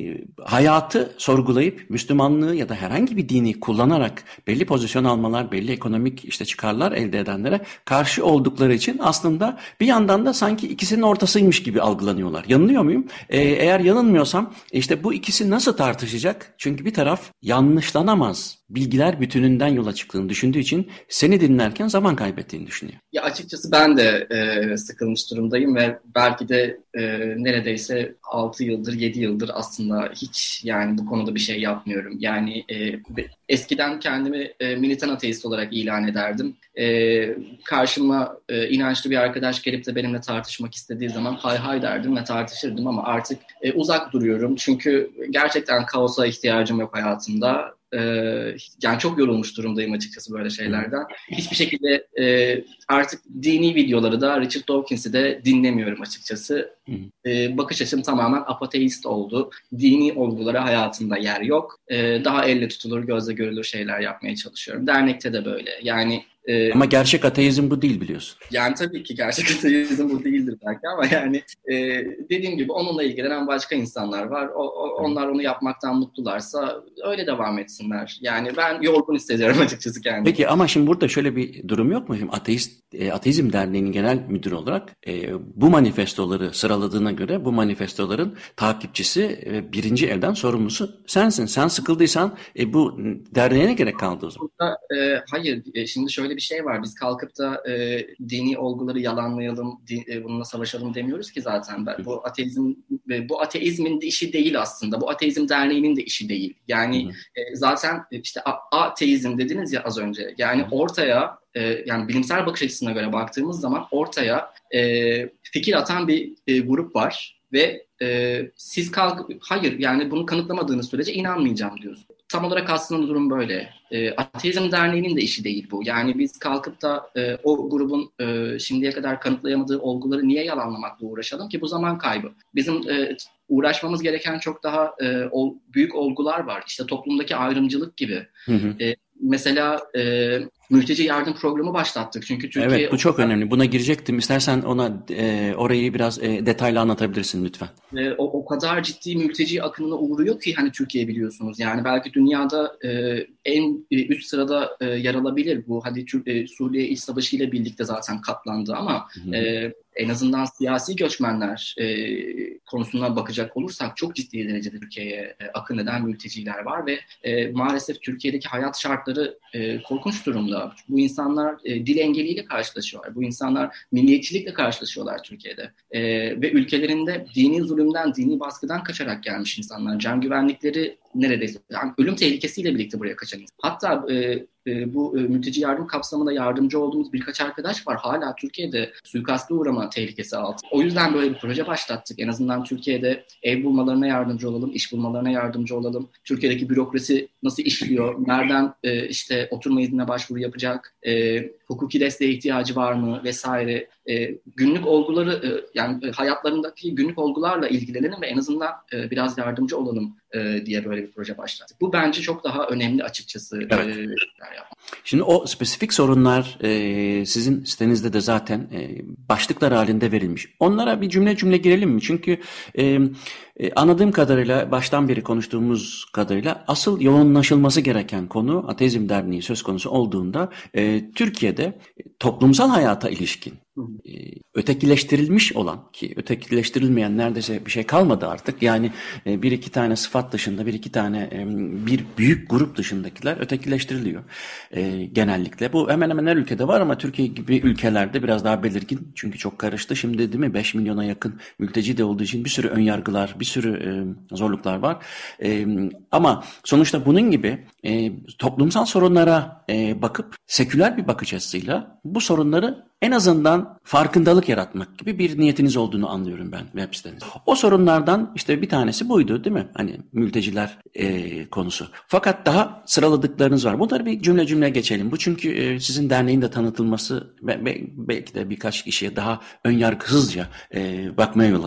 hayatı sorgulayıp Müslümanlığı ya da herhangi bir dini kullanarak belli pozisyon almalar, belli ekonomik işte çıkarlar elde edenlere karşı oldukları için aslında bir yandan da sanki ikisinin ortasıymış gibi algılanıyorlar. Yanılıyor muyum? E, eğer yanılmıyorsam işte bu ikisi nasıl tartışacak? Çünkü bir taraf yanlışlanamaz bilgiler bütününden yola çıktığını düşündüğü için seni dinlerken zaman kaybettiğini düşünüyor. Ya açıkçası ben de e, sıkılmış durumdayım ve belki de e, neredeyse altı yıldır, yedi yıldır aslında hiç yani bu konuda bir şey yapmıyorum. Yani e, eskiden kendimi e, militan ateist olarak ilan ederdim. E, karşıma e, inançlı bir arkadaş gelip de benimle tartışmak istediği zaman hay hay derdim ve tartışırdım ama artık e, uzak duruyorum. Çünkü gerçekten kaosa ihtiyacım yok hayatımda. Ee, yani çok yorulmuş durumdayım açıkçası böyle şeylerden. Hiçbir şekilde e, artık dini videoları da Richard Dawkins'i de dinlemiyorum açıkçası. Ee, bakış açım tamamen apateist oldu. Dini olgulara hayatımda yer yok. Ee, daha elle tutulur, gözle görülür şeyler yapmaya çalışıyorum. Dernekte de böyle. Yani Ee, ama gerçek ateizm bu değil biliyorsun. Yani tabii ki gerçek ateizm bu değildir belki ama yani e, dediğim gibi onunla ilgilenen başka insanlar var. O, o, onlar onu yapmaktan mutlularsa öyle devam etsinler. Yani ben yorgun hissediyorum açıkçası kendimi. Peki ama şimdi burada şöyle bir durum yok mu? Şimdi ateist, e, Ateizm Derneği'nin genel müdürü olarak e, bu manifestoları sıraladığına göre bu manifestoların takipçisi ve birinci elden sorumlusu sensin. Sen sıkıldıysan e, bu derneğe ne gerek kaldı o zaman? Burada, e, hayır, e, şimdi şöyle bir şey var. Biz kalkıp da e, dini olguları yalanlayalım, di, e, bununla savaşalım demiyoruz ki zaten. Ben, bu ateizm, e, bu ateizmin de işi değil aslında. Bu Ateizm Derneği'nin de işi değil. Yani e, zaten işte a- ateizm dediniz ya az önce. Yani ortaya e, yani bilimsel bakış açısına göre baktığımız zaman ortaya e, fikir atan bir e, grup var ve e, siz kalkıp hayır yani bunu kanıtlamadığınız sürece inanmayacağım diyorsunuz. Tam olarak aslında durum böyle. E, Ateizm Derneği'nin de işi değil bu. Yani biz kalkıp da e, o grubun e, şimdiye kadar kanıtlayamadığı olguları niye yalanlamakla uğraşalım ki bu zaman kaybı. Bizim e, uğraşmamız gereken çok daha e, ol, büyük olgular var. İşte toplumdaki ayrımcılık gibi. Hı hı. E, mesela e, mülteci yardım programı başlattık. Çünkü Türkiye... Evet bu çok önemli. Buna girecektim. İstersen ona e, orayı biraz e, detaylı anlatabilirsin lütfen. E, o, o kadar ciddi mülteci akınına uğruyor ki hani Türkiye biliyorsunuz. Yani belki dünyada e, en e, üst sırada e, yer alabilir bu. Hadi e, Suriye İç Savaşı ile birlikte zaten katlandı ama e, en azından siyasi göçmenler e, konusuna bakacak olursak çok ciddi derecede Türkiye'ye e, akın eden mülteciler var ve e, maalesef Türkiye'deki hayat şartları e, korkunç durumda. Bu insanlar e, dil engeliyle karşılaşıyorlar. Bu insanlar milliyetçilikle karşılaşıyorlar Türkiye'de. E, ve ülkelerinde dini zulümden, dini baskıdan kaçarak gelmiş insanlar. Can güvenlikleri neredeyse yani ölüm tehlikesiyle birlikte buraya kaçan insanlar. Hatta e, e, bu e, mülteci yardım kapsamında yardımcı olduğumuz birkaç arkadaş var. Hala Türkiye'de suikaste uğrama tehlikesi altında. O yüzden böyle bir proje başlattık. En azından Türkiye'de ev bulmalarına yardımcı olalım, iş bulmalarına yardımcı olalım. Türkiye'deki bürokrasi nasıl işliyor? Nereden e, işte oturma iznine başvuru yapacak? E, hukuki desteğe ihtiyacı var mı? Vesaire. E, günlük olguları e, yani e, hayatlarındaki günlük olgularla ilgilenelim ve en azından e, biraz yardımcı olalım e, diye böyle bir proje başlattık. Bu bence çok daha önemli açıkçası. Evet. E, Şimdi o spesifik sorunlar e, sizin sitenizde de zaten e, başlıklar halinde verilmiş. Onlara bir cümle cümle girelim mi? Çünkü e, e, anladığım kadarıyla baştan beri konuştuğumuz kadarıyla asıl yoğunlaşılması gereken konu Ateizm Derneği söz konusu olduğunda e, Türkiye'de toplumsal hayata ilişkin e, ötekileştirilmiş olan ki ötekileştirilmeyen neredeyse bir şey kalmadı artık. Yani e, bir iki tane sıfat dışında bir iki tane e, bir büyük grup dışındakiler ötekileştiriliyor. E, genellikle. Bu hemen hemen her ülkede var ama Türkiye gibi ülkelerde biraz daha belirgin. Çünkü çok karıştı. Şimdi değil mi beş milyona yakın mülteci de olduğu için bir sürü önyargılar, bir sürü e, zorluklar var. E, ama sonuçta bunun gibi e, toplumsal sorunlara e, bakıp seküler bir bakış açısıyla bu sorunları en azından farkındalık yaratmak gibi bir niyetiniz olduğunu anlıyorum ben web sitenizde. O sorunlardan işte bir tanesi buydu değil mi? Hani mülteciler e, konusu. Fakat daha sıraladıklarınız var. Bunları bir cümle cümle geçelim. Bu çünkü e, sizin derneğin de tanıtılması be, be, belki de birkaç kişiye daha önyargısızca e, bakmaya yol açacak.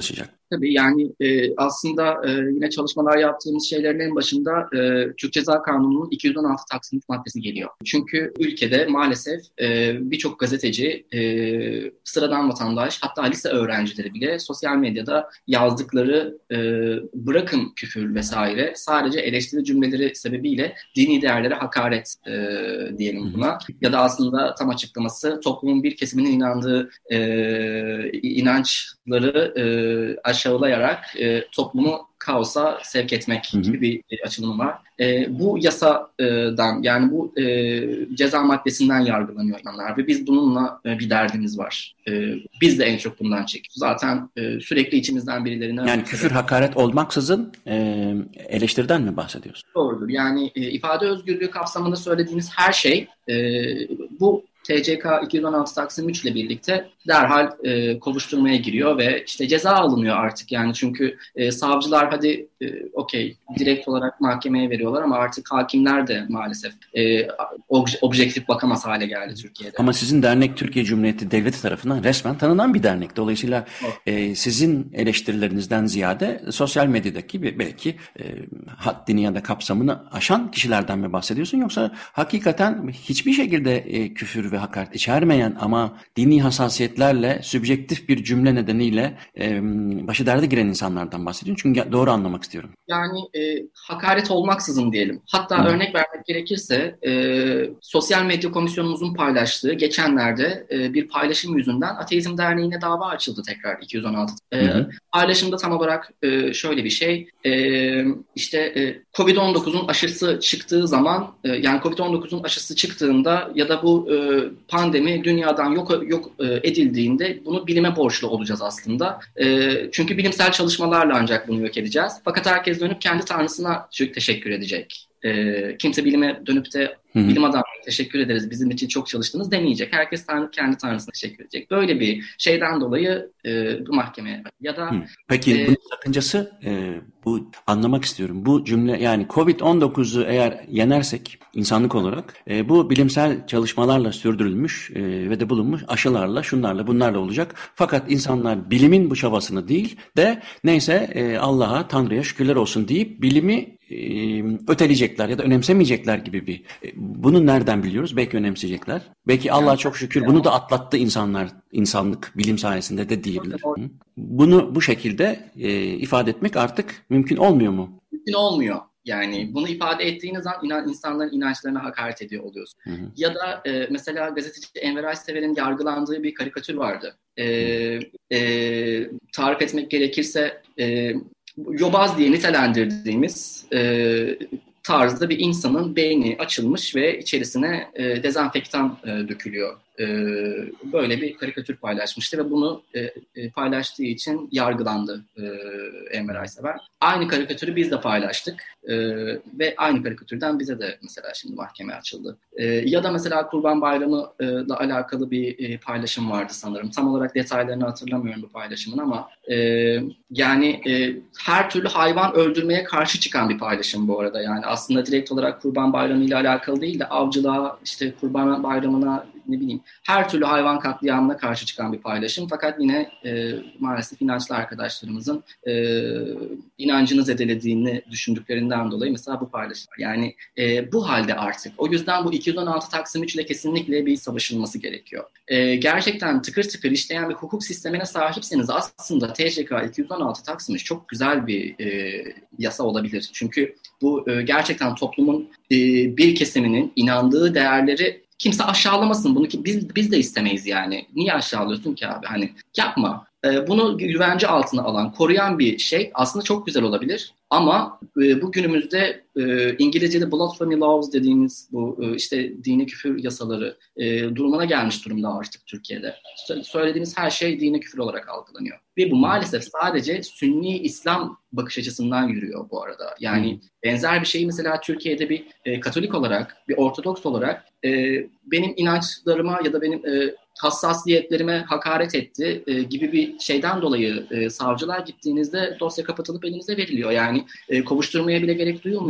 Tabii yani e, aslında e, yine çalışmalar yaptığımız şeylerin en başında e, Türk Ceza Kanunu'nun iki yüz on altı Taksim üç maddesi geliyor. Çünkü ülkede maalesef e, birçok gazeteci, e, sıradan vatandaş, hatta lise öğrencileri bile sosyal medyada yazdıkları e, bırakın küfür vesaire sadece eleştiri cümleleri sebebiyle dini değerlere hakaret e, diyelim buna. Ya da aslında tam açıklaması toplumun bir kesiminin inandığı e, inançları e, aşağılayarak e, toplumu kaosa sevk etmek hı hı. gibi bir e, açılımı var. E, bu yasadan yani bu e, ceza maddesinden yargılanıyor insanlar ve biz bununla e, bir derdimiz var. E, biz de en çok bundan çekiyoruz. Zaten e, sürekli içimizden birilerine... Yani küfür, hakaret olmaksızın e, eleştiriden mi bahsediyorsun? Doğrudur. Yani e, ifade özgürlüğü kapsamında söylediğiniz her şey e, bu T C K iki yüz on altı Taksim üç ile birlikte derhal e, kovuşturmaya giriyor ve işte ceza alınıyor artık yani çünkü e, savcılar hadi e, okey direkt olarak mahkemeye veriyorlar ama artık hakimler de maalesef e, obje, objektif bakamaz hale geldi Türkiye'de. Ama sizin dernek Türkiye Cumhuriyeti Devleti tarafından resmen tanınan bir dernek. Dolayısıyla e, sizin eleştirilerinizden ziyade sosyal medyadaki belki e, haddini ya da kapsamını aşan kişilerden mi bahsediyorsun yoksa hakikaten hiçbir şekilde e, küfür ve hakaret içermeyen ama dini hassasiyetlerle sübjektif bir cümle nedeniyle e, başı derde giren insanlardan bahsediyorum. Çünkü doğru anlamak istiyorum. Yani e, hakaret olmaksızın diyelim. Hatta Hı. örnek vermek gerekirse e, sosyal medya komisyonumuzun paylaştığı geçenlerde e, bir paylaşım yüzünden Ateizm Derneği'ne dava açıldı tekrar iki yüz on altı. E, paylaşımda tam olarak e, şöyle bir şey e, işte e, kovid on dokuzun aşısı çıktığı zaman e, yani kovid on dokuzun aşısı çıktığında ya da bu e, pandemi dünyadan yok yok edildiğinde bunu bilime borçlu olacağız aslında. E, çünkü bilimsel çalışmalarla ancak bunu yok edeceğiz. Fakat herkes dönüp kendi tanrısına teşekkür edecek. E, kimse bilime dönüp de Hı-hı. bilim adamlarına teşekkür ederiz bizim için çok çalıştınız demeyecek. Herkes tanrı, kendi tanrısına teşekkür edecek. Böyle bir şeyden dolayı e, bu mahkemeye ya da... Hı. Peki e, bunun sakıncası e, bu anlamak istiyorum. Bu cümle yani kovid on dokuzu eğer yenersek insanlık olarak e, bu bilimsel çalışmalarla sürdürülmüş e, ve de bulunmuş aşılarla şunlarla bunlarla olacak. Fakat insanlar bilimin bu çabasını değil de neyse e, Allah'a Tanrı'ya şükürler olsun deyip bilimi öteleyecekler ya da önemsemeyecekler gibi bir. Bunu nereden biliyoruz? Belki önemseyecekler. Belki Allah'a çok şükür bunu da atlattı insanlar, insanlık bilim sayesinde de diyebilir. Bunu bu şekilde e, ifade etmek artık mümkün olmuyor mu? Mümkün olmuyor. Yani bunu ifade ettiğiniz zaman inan, insanların inançlarına hakaret ediyor oluyorsun. Hı hı. Ya da e, mesela gazeteci Enver Aysever'in yargılandığı bir karikatür vardı. E, e, tarif etmek gerekirse e, yobaz diye nitelendirdiğimiz e, tarzda bir insanın beyni açılmış ve içerisine e, dezenfektan e, dökülüyor. E, böyle bir karikatür paylaşmıştı ve bunu e, e, paylaştığı için yargılandı e, Enver Aysever. Aynı karikatürü biz de paylaştık e, ve aynı karikatürden bize de mesela şimdi mahkeme açıldı. E, ya da mesela Kurban Bayramı ile alakalı bir e, paylaşım vardı sanırım. Tam olarak detaylarını hatırlamıyorum bu paylaşımın ama e, yani e, her türlü hayvan öldürmeye karşı çıkan bir paylaşım bu arada. Yani aslında direkt olarak Kurban Bayramı ile alakalı değil de avcılığa, işte Kurban Bayramı'na ne bileyim her türlü hayvan katliamına karşı çıkan bir paylaşım. Fakat yine e, maalesef inançlı arkadaşlarımızın e, inancını zedelediğini düşündüklerinden dolayı mesela bu paylaşım. Yani e, bu halde artık. O yüzden bu iki yüz on altı Taksim üç ile kesinlikle bir savaşılması gerekiyor. E, gerçekten tıkır tıkır işleyen bir hukuk sistemine sahipseniz aslında T C K iki yüz on altı Taksim üç çok güzel bir e, yasa olabilir. Çünkü bu e, gerçekten toplumun e, bir kesiminin inandığı değerleri kimse aşağılamasın bunu ki biz biz de istemeyiz yani. Niye aşağılıyorsun ki abi? Hani yapma. Ee, bunu güvence altına alan, koruyan bir şey aslında çok güzel olabilir. Ama e, bu günümüzde e, İngilizce'de blasphemy laws dediğimiz bu e, işte dini küfür yasaları e, durumuna gelmiş durumda artık Türkiye'de. Söylediğimiz her şey dini küfür olarak algılanıyor. Ve bu maalesef sadece Sünni İslam bakış açısından yürüyor bu arada. Yani hmm. benzer bir şeyi mesela Türkiye'de bir e, Katolik olarak, bir Ortodoks olarak e, benim inançlarıma ya da benim e, hassasiyetlerime hakaret etti e, gibi bir şeyden dolayı e, savcılar gittiğinizde dosya kapatılıp elinize veriliyor. Yani e, kovuşturmaya bile gerek duyulmuyor.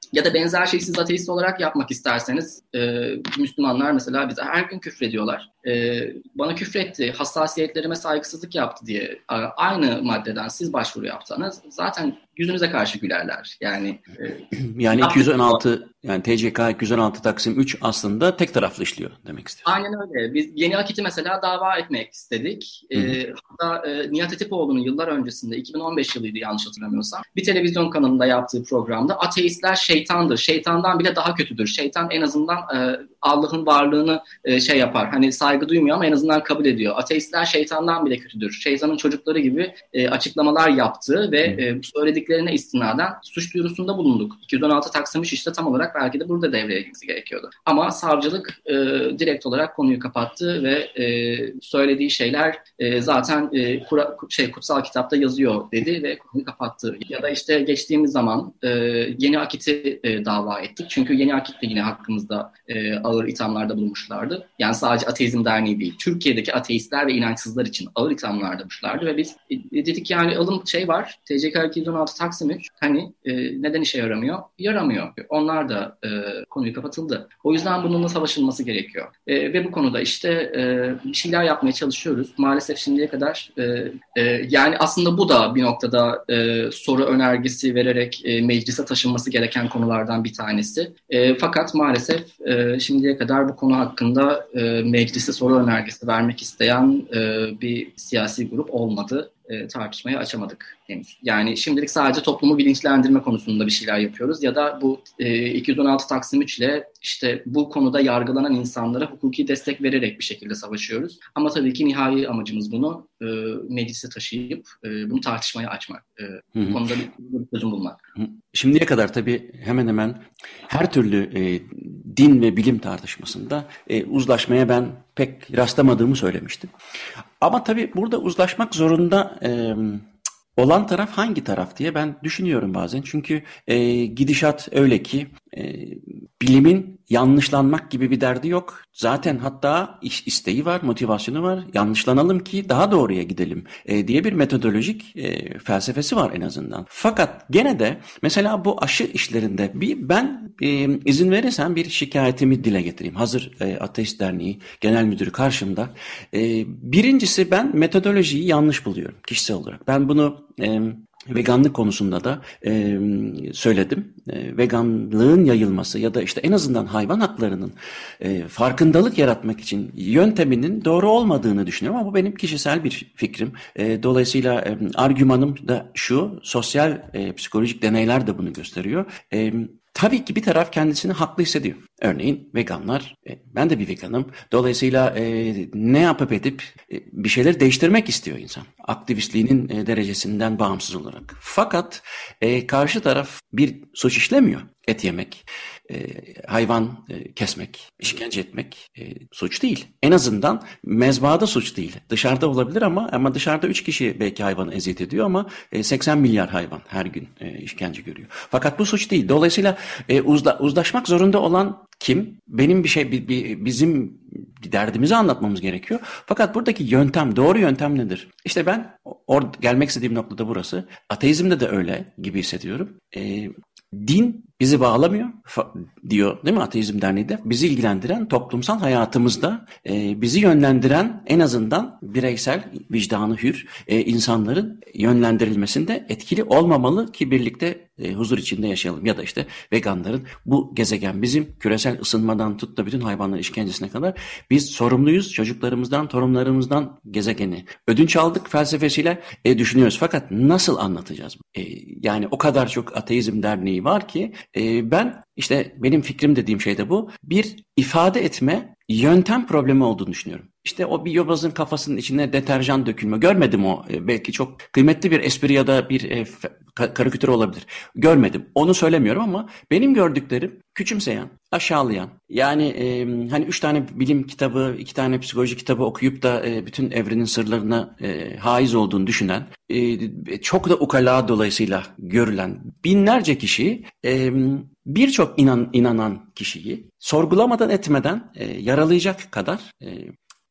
Ya da benzer şeyi siz ateist olarak yapmak isterseniz e, Müslümanlar mesela bize her gün küfrediyorlar. E, bana küfretti, hassasiyetlerime saygısızlık yaptı diye aynı maddeden siz başvuru yapsanız zaten yüzünüze karşı gülerler. Yani e, yani iki yüz on altı yani T C K iki yüz on altı Taksim üç aslında tek taraflı işliyor demek istiyorsun. Aynen öyle. Biz Yeni Akit'i mesela dava etmek istedik. E, hatta e, Nihat Atipoğlu'nun yıllar öncesinde iki bin on beş yılıydı yanlış hatırlamıyorsam. Bir televizyon kanalında yaptığı programda ateistler şeytandır. Şeytandan bile daha kötüdür. Şeytan en azından e, Allah'ın varlığını e, şey yapar. Hani saygı duymuyor ama en azından kabul ediyor. Ateistler şeytandan bile kötüdür. Şeytanın çocukları gibi e, açıklamalar yaptı ve e, söylediklerine istinaden suç duyurusunda bulunduk. iki yüz on altı Taksim üç işte tam olarak belki de burada devreye girmesi gerekiyordu. Ama savcılık e, direkt olarak konuyu kapattı ve e, söylediği şeyler e, zaten e, kura, şey kutsal kitapta yazıyor dedi ve konuyu kapattı. Ya da işte geçtiğimiz zaman e, Yeni Akit'i e, dava ettik. Çünkü Yeni Akit de yine hakkımızda e, ağır ithamlarda bulunmuşlardı. Yani sadece Ateizm Derneği değil, Türkiye'deki ateistler ve inançsızlar için ağır ithamlarda bulunmuşlardı ve biz e, dedik yani alım şey var, T C K iki yüz on altı Taksim üç hani e, neden işe yaramıyor? Yaramıyor. Onlar da e, konuyu kapatıldı. O yüzden bununla savaşılması gerekiyor. E, ve bu konuda işte e, bir şeyler yapmaya çalışıyoruz. Maalesef şimdiye kadar e, e, yani aslında bu da bir noktada e, soru önergesi vererek e, meclise taşınması gereken konulardan bir tanesi. E, fakat maalesef e, şimdiye kadar bu konu hakkında e, meclise soru önergesi vermek isteyen e, bir siyasi grup olmadı. E, tartışmayı açamadık henüz. Yani şimdilik sadece toplumu bilinçlendirme konusunda bir şeyler yapıyoruz ya da bu e, iki yüz on altı Taksim üç ile işte bu konuda yargılanan insanlara hukuki destek vererek bir şekilde savaşıyoruz. Ama tabii ki nihai amacımız bunu e, meclise taşıyıp e, bunu tartışmaya açmak. E, bu konuda bir, bir çözüm bulmak. Şimdiye kadar tabii hemen hemen her türlü e, din ve bilim tartışmasında e, uzlaşmaya ben pek rastlamadığımı söylemiştim. Ama tabii burada uzlaşmak zorunda e, olan taraf hangi taraf diye ben düşünüyorum bazen. Çünkü e, gidişat öyle ki e, bilimin yanlışlanmak gibi bir derdi yok. Zaten hatta iş, isteği var, motivasyonu var. Yanlışlanalım ki daha doğruya gidelim e, diye bir metodolojik e, felsefesi var en azından. Fakat gene de mesela bu aşı işlerinde bir ben e, izin verirsen bir şikayetimi dile getireyim. Hazır e, Ateist Derneği Genel Müdürü karşımda. E, birincisi ben metodolojiyi yanlış buluyorum kişisel olarak. Ben bunu e, veganlık konusunda da e, söyledim. E, veganlığın yayılması ya da işte en azından hayvan haklarının e, farkındalık yaratmak için yönteminin doğru olmadığını düşünüyorum ama bu benim kişisel bir fikrim. E, dolayısıyla e, argümanım da şu, sosyal e, psikolojik deneyler de bunu gösteriyor. E, Tabii ki bir taraf kendisini haklı hissediyor. Örneğin veganlar, e, ben de bir veganım. Dolayısıyla e, ne yapıp edip e, bir şeyler değiştirmek istiyor insan. Aktivistliğinin e, derecesinden bağımsız olarak. Fakat e, karşı taraf bir suç işlemiyor. Et yemek, e, hayvan e, kesmek, işkence etmek e, suç değil. En azından mezbahada suç değil. Dışarıda olabilir ama ama dışarıda üç kişi belki hayvanı eziyet ediyor ama e, seksen milyar hayvan her gün e, işkence görüyor. Fakat bu suç değil. Dolayısıyla e, uzla, uzlaşmak zorunda olan kim? Benim bir şey bir, bir, bizim bir derdimizi anlatmamız gerekiyor. Fakat buradaki yöntem, doğru yöntem nedir? İşte ben or gelmek istediğim noktada burası. Ateizmde de öyle gibi hissediyorum. E, Din bizi bağlamıyor diyor değil mi Ateizm Derneği de? Bizi ilgilendiren toplumsal hayatımızda e, bizi yönlendiren en azından bireysel, vicdanı hür e, insanların yönlendirilmesinde etkili olmamalı ki birlikte e, huzur içinde yaşayalım. Ya da işte veganların bu gezegen bizim küresel ısınmadan tut da bütün hayvanların işkencesine kadar biz sorumluyuz. Çocuklarımızdan, torunlarımızdan gezegeni ödünç aldık felsefesiyle e, düşünüyoruz. Fakat nasıl anlatacağız? E, yani o kadar çok Ateizm Derneği var ki e, ben işte benim fikrim dediğim şey de bu. Bir ifade etme yöntem problemi olduğunu düşünüyorum. İşte o bir yobazın kafasının içine deterjan dökülme. Görmedim o. E, belki çok kıymetli bir espri ya da bir e, karikatür olabilir. Görmedim. Onu söylemiyorum ama benim gördüklerim küçümseyen, aşağılayan. Yani e, hani üç tane bilim kitabı, iki tane psikoloji kitabı okuyup da e, bütün evrenin sırlarına e, haiz olduğunu düşünen, e, çok da ukala dolayısıyla görülen binlerce kişi e, birçok inan, inanan kişiyi sorgulamadan etmeden e, yaralayacak kadar e,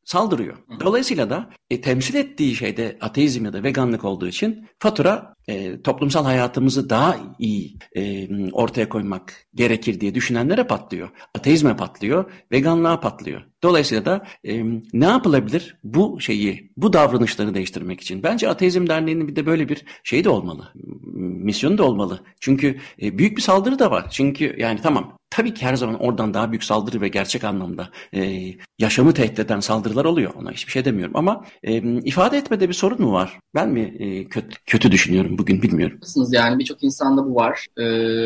saldırıyor. Dolayısıyla da e, temsil ettiği şeyde ateizm ya da veganlık olduğu için fatura e, toplumsal hayatımızı daha iyi e, ortaya koymak gerekir diye düşünenlere patlıyor. Ateizme patlıyor, veganlığa patlıyor. Dolayısıyla da e, ne yapılabilir bu şeyi, bu davranışları değiştirmek için? Bence Ateizm Derneği'nin bir de böyle bir şeyi de olmalı, misyonu da olmalı. Çünkü e, büyük bir saldırı da var. Çünkü yani tamam, tabii ki her zaman oradan daha büyük saldırı ve gerçek anlamda e, yaşamı tehdit eden saldırılar oluyor. Ona hiçbir şey demiyorum ama e, ifade etmede bir sorun mu var? Ben mi e, kötü, kötü düşünüyorum bugün, bilmiyorum. Yani birçok insanda bu var. Ee,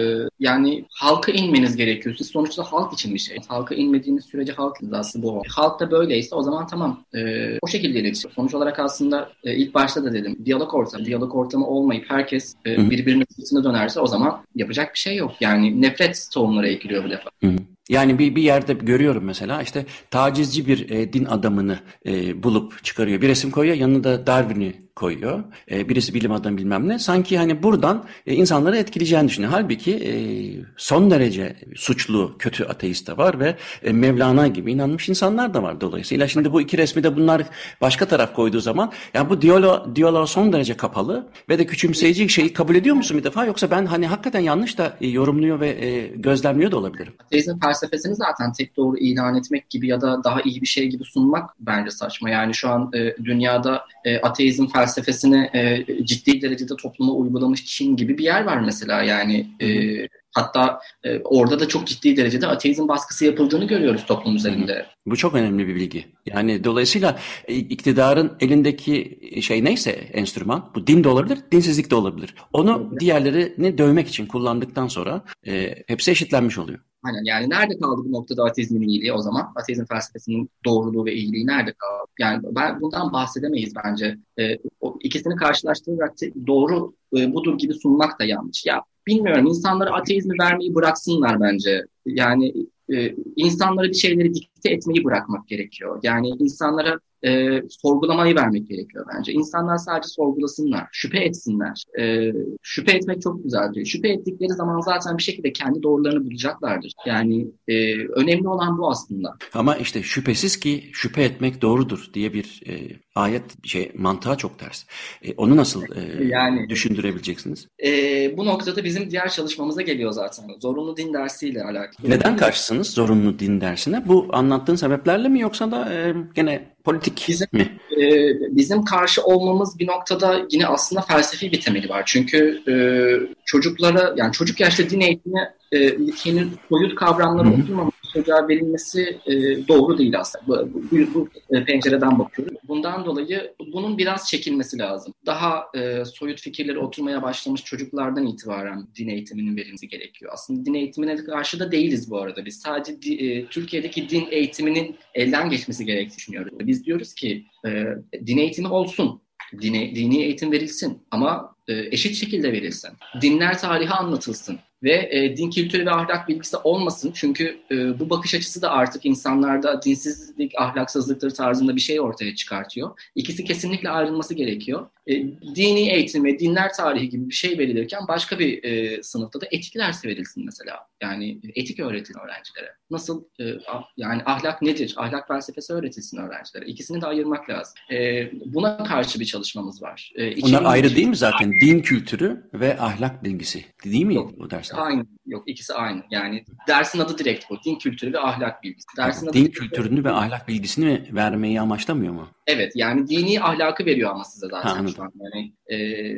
yani halka inmeniz gerekiyor. Siz sonuçta halk için bir şey. Halka inmediğiniz sürece halk aslında bu. Halk da böyleyse o zaman tamam. Ee, o şekilde iletişim. Sonuç olarak aslında e, ilk başta da dedim. Diyalog ortamı. Diyalog ortamı olmayıp herkes e, birbirine sırtına dönerse o zaman yapacak bir şey yok. Yani nefret tohumları ekiliyor bu defa. Hı hı. Yani bir bir yerde görüyorum mesela işte tacizci bir e, din adamını e, bulup çıkarıyor. Bir resim koyuyor, yanına da Darwin'i koyuyor. E, birisi bilim adamı bilmem ne. Sanki hani buradan e, insanları etkileyeceğini düşünüyor. Halbuki e, son derece suçlu, kötü ateist de var ve e, Mevlana gibi inanmış insanlar da var dolayısıyla. Şimdi bu iki resmi de bunlar başka taraf koyduğu zaman yani bu diyalog, diyalog son derece kapalı ve de küçümseyici şeyi kabul ediyor musun bir defa? Yoksa ben hani hakikaten yanlış da e, yorumluyor ve e, gözlemliyor da olabilirim. Ateizm felsefesini zaten tek doğru ilan etmek gibi ya da daha iyi bir şey gibi sunmak bence saçma. Yani şu an e, dünyada e, ateizm felsefesini e, ciddi derecede topluma uygulamış Çin gibi bir yer var mesela. Yani e, hatta e, orada da çok ciddi derecede ateizm baskısı yapıldığını görüyoruz toplum üzerinde. Bu çok önemli bir bilgi. Yani dolayısıyla iktidarın elindeki şey neyse enstrüman, bu din de olabilir, dinsizlik de olabilir. Onu evet. Diğerlerini dövmek için kullandıktan sonra e, hepsi eşitlenmiş oluyor. Aynen, yani nerede kaldı bu noktada ateizmin iyiliği o zaman? Ateizm felsefesinin doğruluğu ve iyiliği nerede kaldı? Yani ben bundan bahsedemeyiz bence. E, o ikisini karşılaştırarak doğru e, budur gibi sunmak da yanlış. Ya bilmiyorum, insanlara ateizmi vermeyi bıraksınlar bence. Yani e, insanlara bir şeyleri dikte etmeyi bırakmak gerekiyor. Yani insanlara e, sorgulamayı vermek gerekiyor bence. İnsanlar sadece sorgulasınlar, şüphe etsinler. E, şüphe etmek çok güzel diyor. Şüphe ettikleri zaman zaten bir şekilde kendi doğrularını bulacaklardır. Yani e, önemli olan bu aslında. Ama işte şüphesiz ki şüphe etmek doğrudur diye bir e, ayet şey mantığa çok ters. E, onu nasıl e, yani düşündürebileceksiniz? E, bu noktada bizim diğer çalışmamıza geliyor zaten. Zorunlu din dersiyle alakalı. Neden karşısınız zorunlu din dersine? Bu anlattığın sebeplerle mi yoksa da e, gene politik bizim, mi? E, bizim karşı olmamız bir noktada yine aslında felsefi bir temeli var. Çünkü e, çocuklara, yani çocuk yaşta din eğitimi e, henüz soyut kavramları oturmamış çocuğa verilmesi e, doğru değil aslında. Bu, bu, bu e, pencereden bakıyoruz. Bundan dolayı bunun biraz çekilmesi lazım. Daha e, soyut fikirleri oturmaya başlamış çocuklardan itibaren din eğitiminin verilmesi gerekiyor. Aslında din eğitimine karşı da değiliz bu arada. Biz sadece di, e, Türkiye'deki din eğitiminin elden geçmesi gerektiğini düşünüyoruz. Biz diyoruz ki e, din eğitimi olsun. Dine, dini eğitim verilsin ama e, eşit şekilde verilsin. Dinler tarihi anlatılsın ve e, din kültürü ve ahlak bilgisi olmasın. Çünkü e, bu bakış açısı da artık insanlarda dinsizlik, ahlaksızlıkları tarzında bir şey ortaya çıkartıyor. İkisi kesinlikle ayrılması gerekiyor. E, dini eğitim ve dinler tarihi gibi bir şey verilirken başka bir e, sınıfta da etik dersi verilsin mesela. Yani etik öğretin öğrencilere. Nasıl e, ah, yani ahlak nedir? Ahlak felsefesi öğretilsin öğrencilere. İkisini de ayırmak lazım. E, buna karşı bir çalışmamız var. E, Onlar ayrı değil mi zaten? Din kültürü ve ahlak bilgisi. Değil mi Yok, bu dersler? Aynı. Yok, ikisi aynı. Yani dersin adı direkt bu. Din kültürü ve ahlak bilgisi. Dersin Din adı kültürünü direkt... ve ahlak bilgisini mi vermeyi amaçlamıyor mu? Evet, yani dini ahlakı veriyor ama size zaten ha, şu an. Yani e,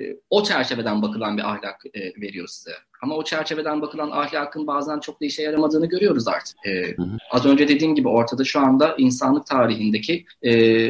o çerçeveden bakılan bir ahlak e, veriyor size. Ama o çerçeveden bakılan ahlakın bazen çok da işe yaramadığını görüyoruz artık. Ee, az önce dediğim gibi ortada şu anda insanlık tarihindeki e,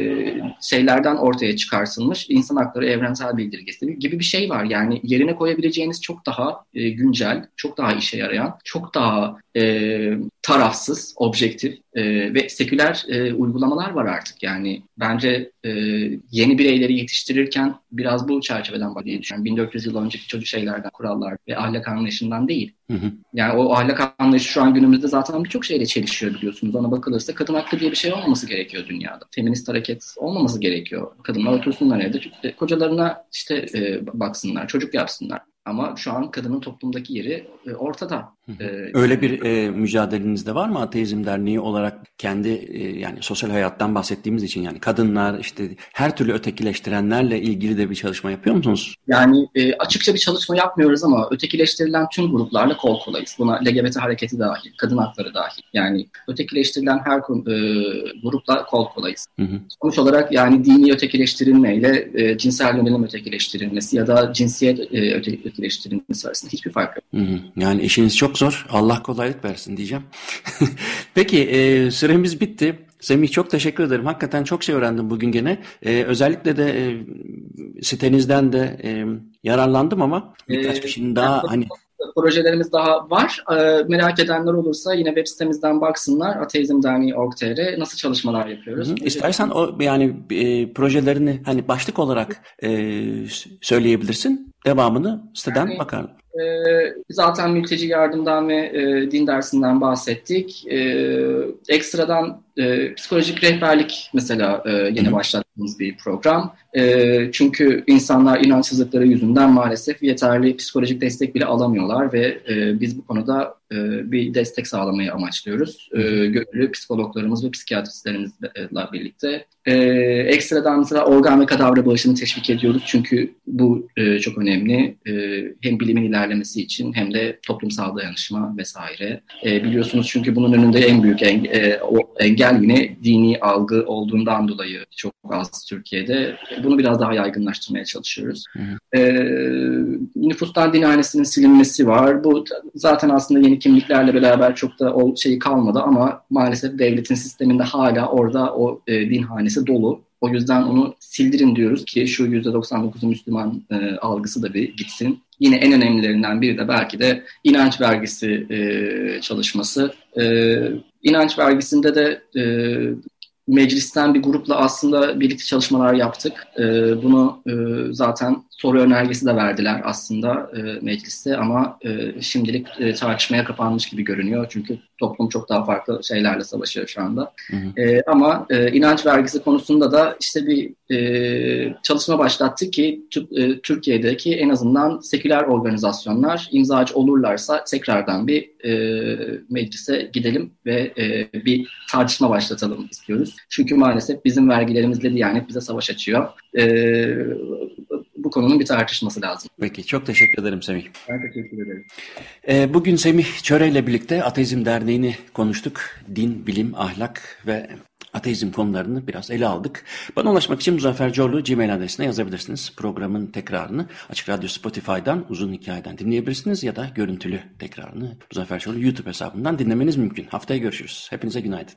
şeylerden ortaya çıkartılmış insan hakları evrensel bildirgesi gibi bir şey var. Yani yerine koyabileceğiniz çok daha e, güncel, çok daha işe yarayan, çok daha e, tarafsız, objektif e, ve seküler e, uygulamalar var artık. Yani bence e, yeni bireyleri yetiştirirken biraz bu çerçeveden bakmayı düşünüyorum. bin dört yüz yıl önceki çocuk şeylerden, kurallar ve ahlak anlayışından değil. Hı hı. Yani o ahlak anlayışı şu an günümüzde zaten birçok şeyle çelişiyor biliyorsunuz. Ona bakılırsa kadın hakkı diye bir şey olmaması gerekiyor dünyada. Feminist hareket olmaması gerekiyor. Kadınlar otursunlar evde, kocalarına işte e, baksınlar, çocuk yapsınlar. Ama şu an kadının toplumdaki yeri e, ortada. Ee, Öyle bir e, mücadeleniz de var mı Ateizm Derneği olarak kendi e, yani sosyal hayattan bahsettiğimiz için yani kadınlar işte her türlü ötekileştirenlerle ilgili de bir çalışma yapıyor musunuz? Yani e, açıkça bir çalışma yapmıyoruz ama ötekileştirilen tüm gruplarla kol kolayız. Buna L G B T hareketi dahil, kadın hakları dahil. Yani ötekileştirilen her e, grupla kol kolayız. Hı hı. Sonuç olarak yani dini ötekileştirilmeyle e, cinsel yönelim ötekileştirilmesi ya da cinsiyet e, ötekileştirilmesi arasında hiçbir fark yok. Hı hı. Yani işiniz çok zor. Allah kolaylık versin diyeceğim. Peki e, süremiz bitti. Semih çok teşekkür ederim. Hakikaten çok şey öğrendim bugün gene. Ee, özellikle de e, sitenizden de e, yararlandım ama birkaç kişinin daha yani, hani... Projelerimiz daha var. Ee, merak edenler olursa yine web sitemizden baksınlar. ateizm derneği nokta org nokta tr nasıl çalışmalar yapıyoruz? Hı hı. İstersen o yani e, projelerini hani başlık olarak e, söyleyebilirsin. Devamını siteden yani, bakarım. E, zaten mülteci yardımdan ve e, din dersinden bahsettik. E, ekstradan e, psikolojik rehberlik mesela e, yeni başlattığımız bir program. E, çünkü insanlar inançsızlıkları yüzünden maalesef yeterli psikolojik destek bile alamıyorlar ve e, biz bu konuda e, bir destek sağlamayı amaçlıyoruz. E, gönüllü psikologlarımız ve psikiyatristlerimizle birlikte. E, ekstradan mesela organ ve kadavra bağışını teşvik ediyoruz. Çünkü bu e, çok önemli. E, hem bilimin ilerlemesi için hem de toplumsal dayanışma vesaire. E, biliyorsunuz çünkü bunun önünde en büyük en, e, o engel yine dini algı olduğundan dolayı çok az Türkiye'de. Bunu biraz daha yaygınlaştırmaya çalışıyoruz. Hı hı. E, nüfustan dinhanesinin silinmesi var. Bu zaten aslında yeni kimliklerle beraber çok da o şey kalmadı ama maalesef devletin sisteminde hala orada o e, dinhanesi dolu. O yüzden onu sildirin diyoruz ki şu yüzde doksan dokuzu Müslüman e, algısı da bir gitsin. Yine en önemlilerinden biri de belki de inanç vergisi e, çalışması. E, inanç vergisinde de e, meclisten bir grupla aslında birlikte çalışmalar yaptık. E, bunu e, zaten soru önergesi de verdiler aslında e, mecliste ama e, şimdilik e, tartışmaya kapanmış gibi görünüyor. Çünkü toplum çok daha farklı şeylerle savaşıyor şu anda. Hı hı. E, ama e, inanç vergisi konusunda da işte bir e, çalışma başlattık ki t- e, Türkiye'deki en azından seküler organizasyonlar imzacı olurlarsa tekrardan bir e, meclise gidelim ve e, bir tartışma başlatalım istiyoruz. Çünkü maalesef bizim vergilerimizle Diyanet bize savaş açıyor. E, bu konunun bir tartışması lazım. Peki, çok teşekkür ederim Semih. Ben teşekkür ederim. E, bugün Semih Çöre ile birlikte Ateizm Derneği'ni konuştuk. Din, bilim, ahlak ve ateizm konularını biraz ele aldık. Bana ulaşmak için Muzaffer Corlu Gmail adresine yazabilirsiniz. Programın tekrarını Açık Radyo Spotify'dan, Uzun Hikaye'den dinleyebilirsiniz ya da görüntülü tekrarını Muzaffer Corlu YouTube hesabından dinlemeniz mümkün. Haftaya görüşürüz. Hepinize günaydın.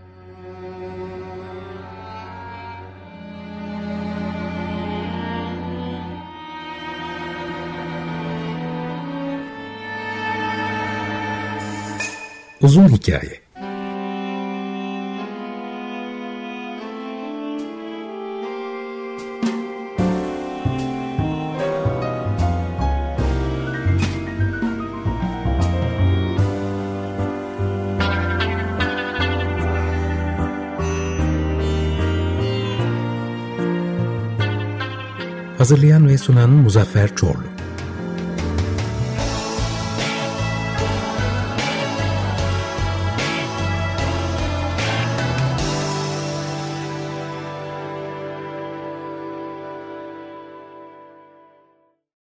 Uzun Hikaye. Hazırlayan ve sunan Muzaffer Çorlu.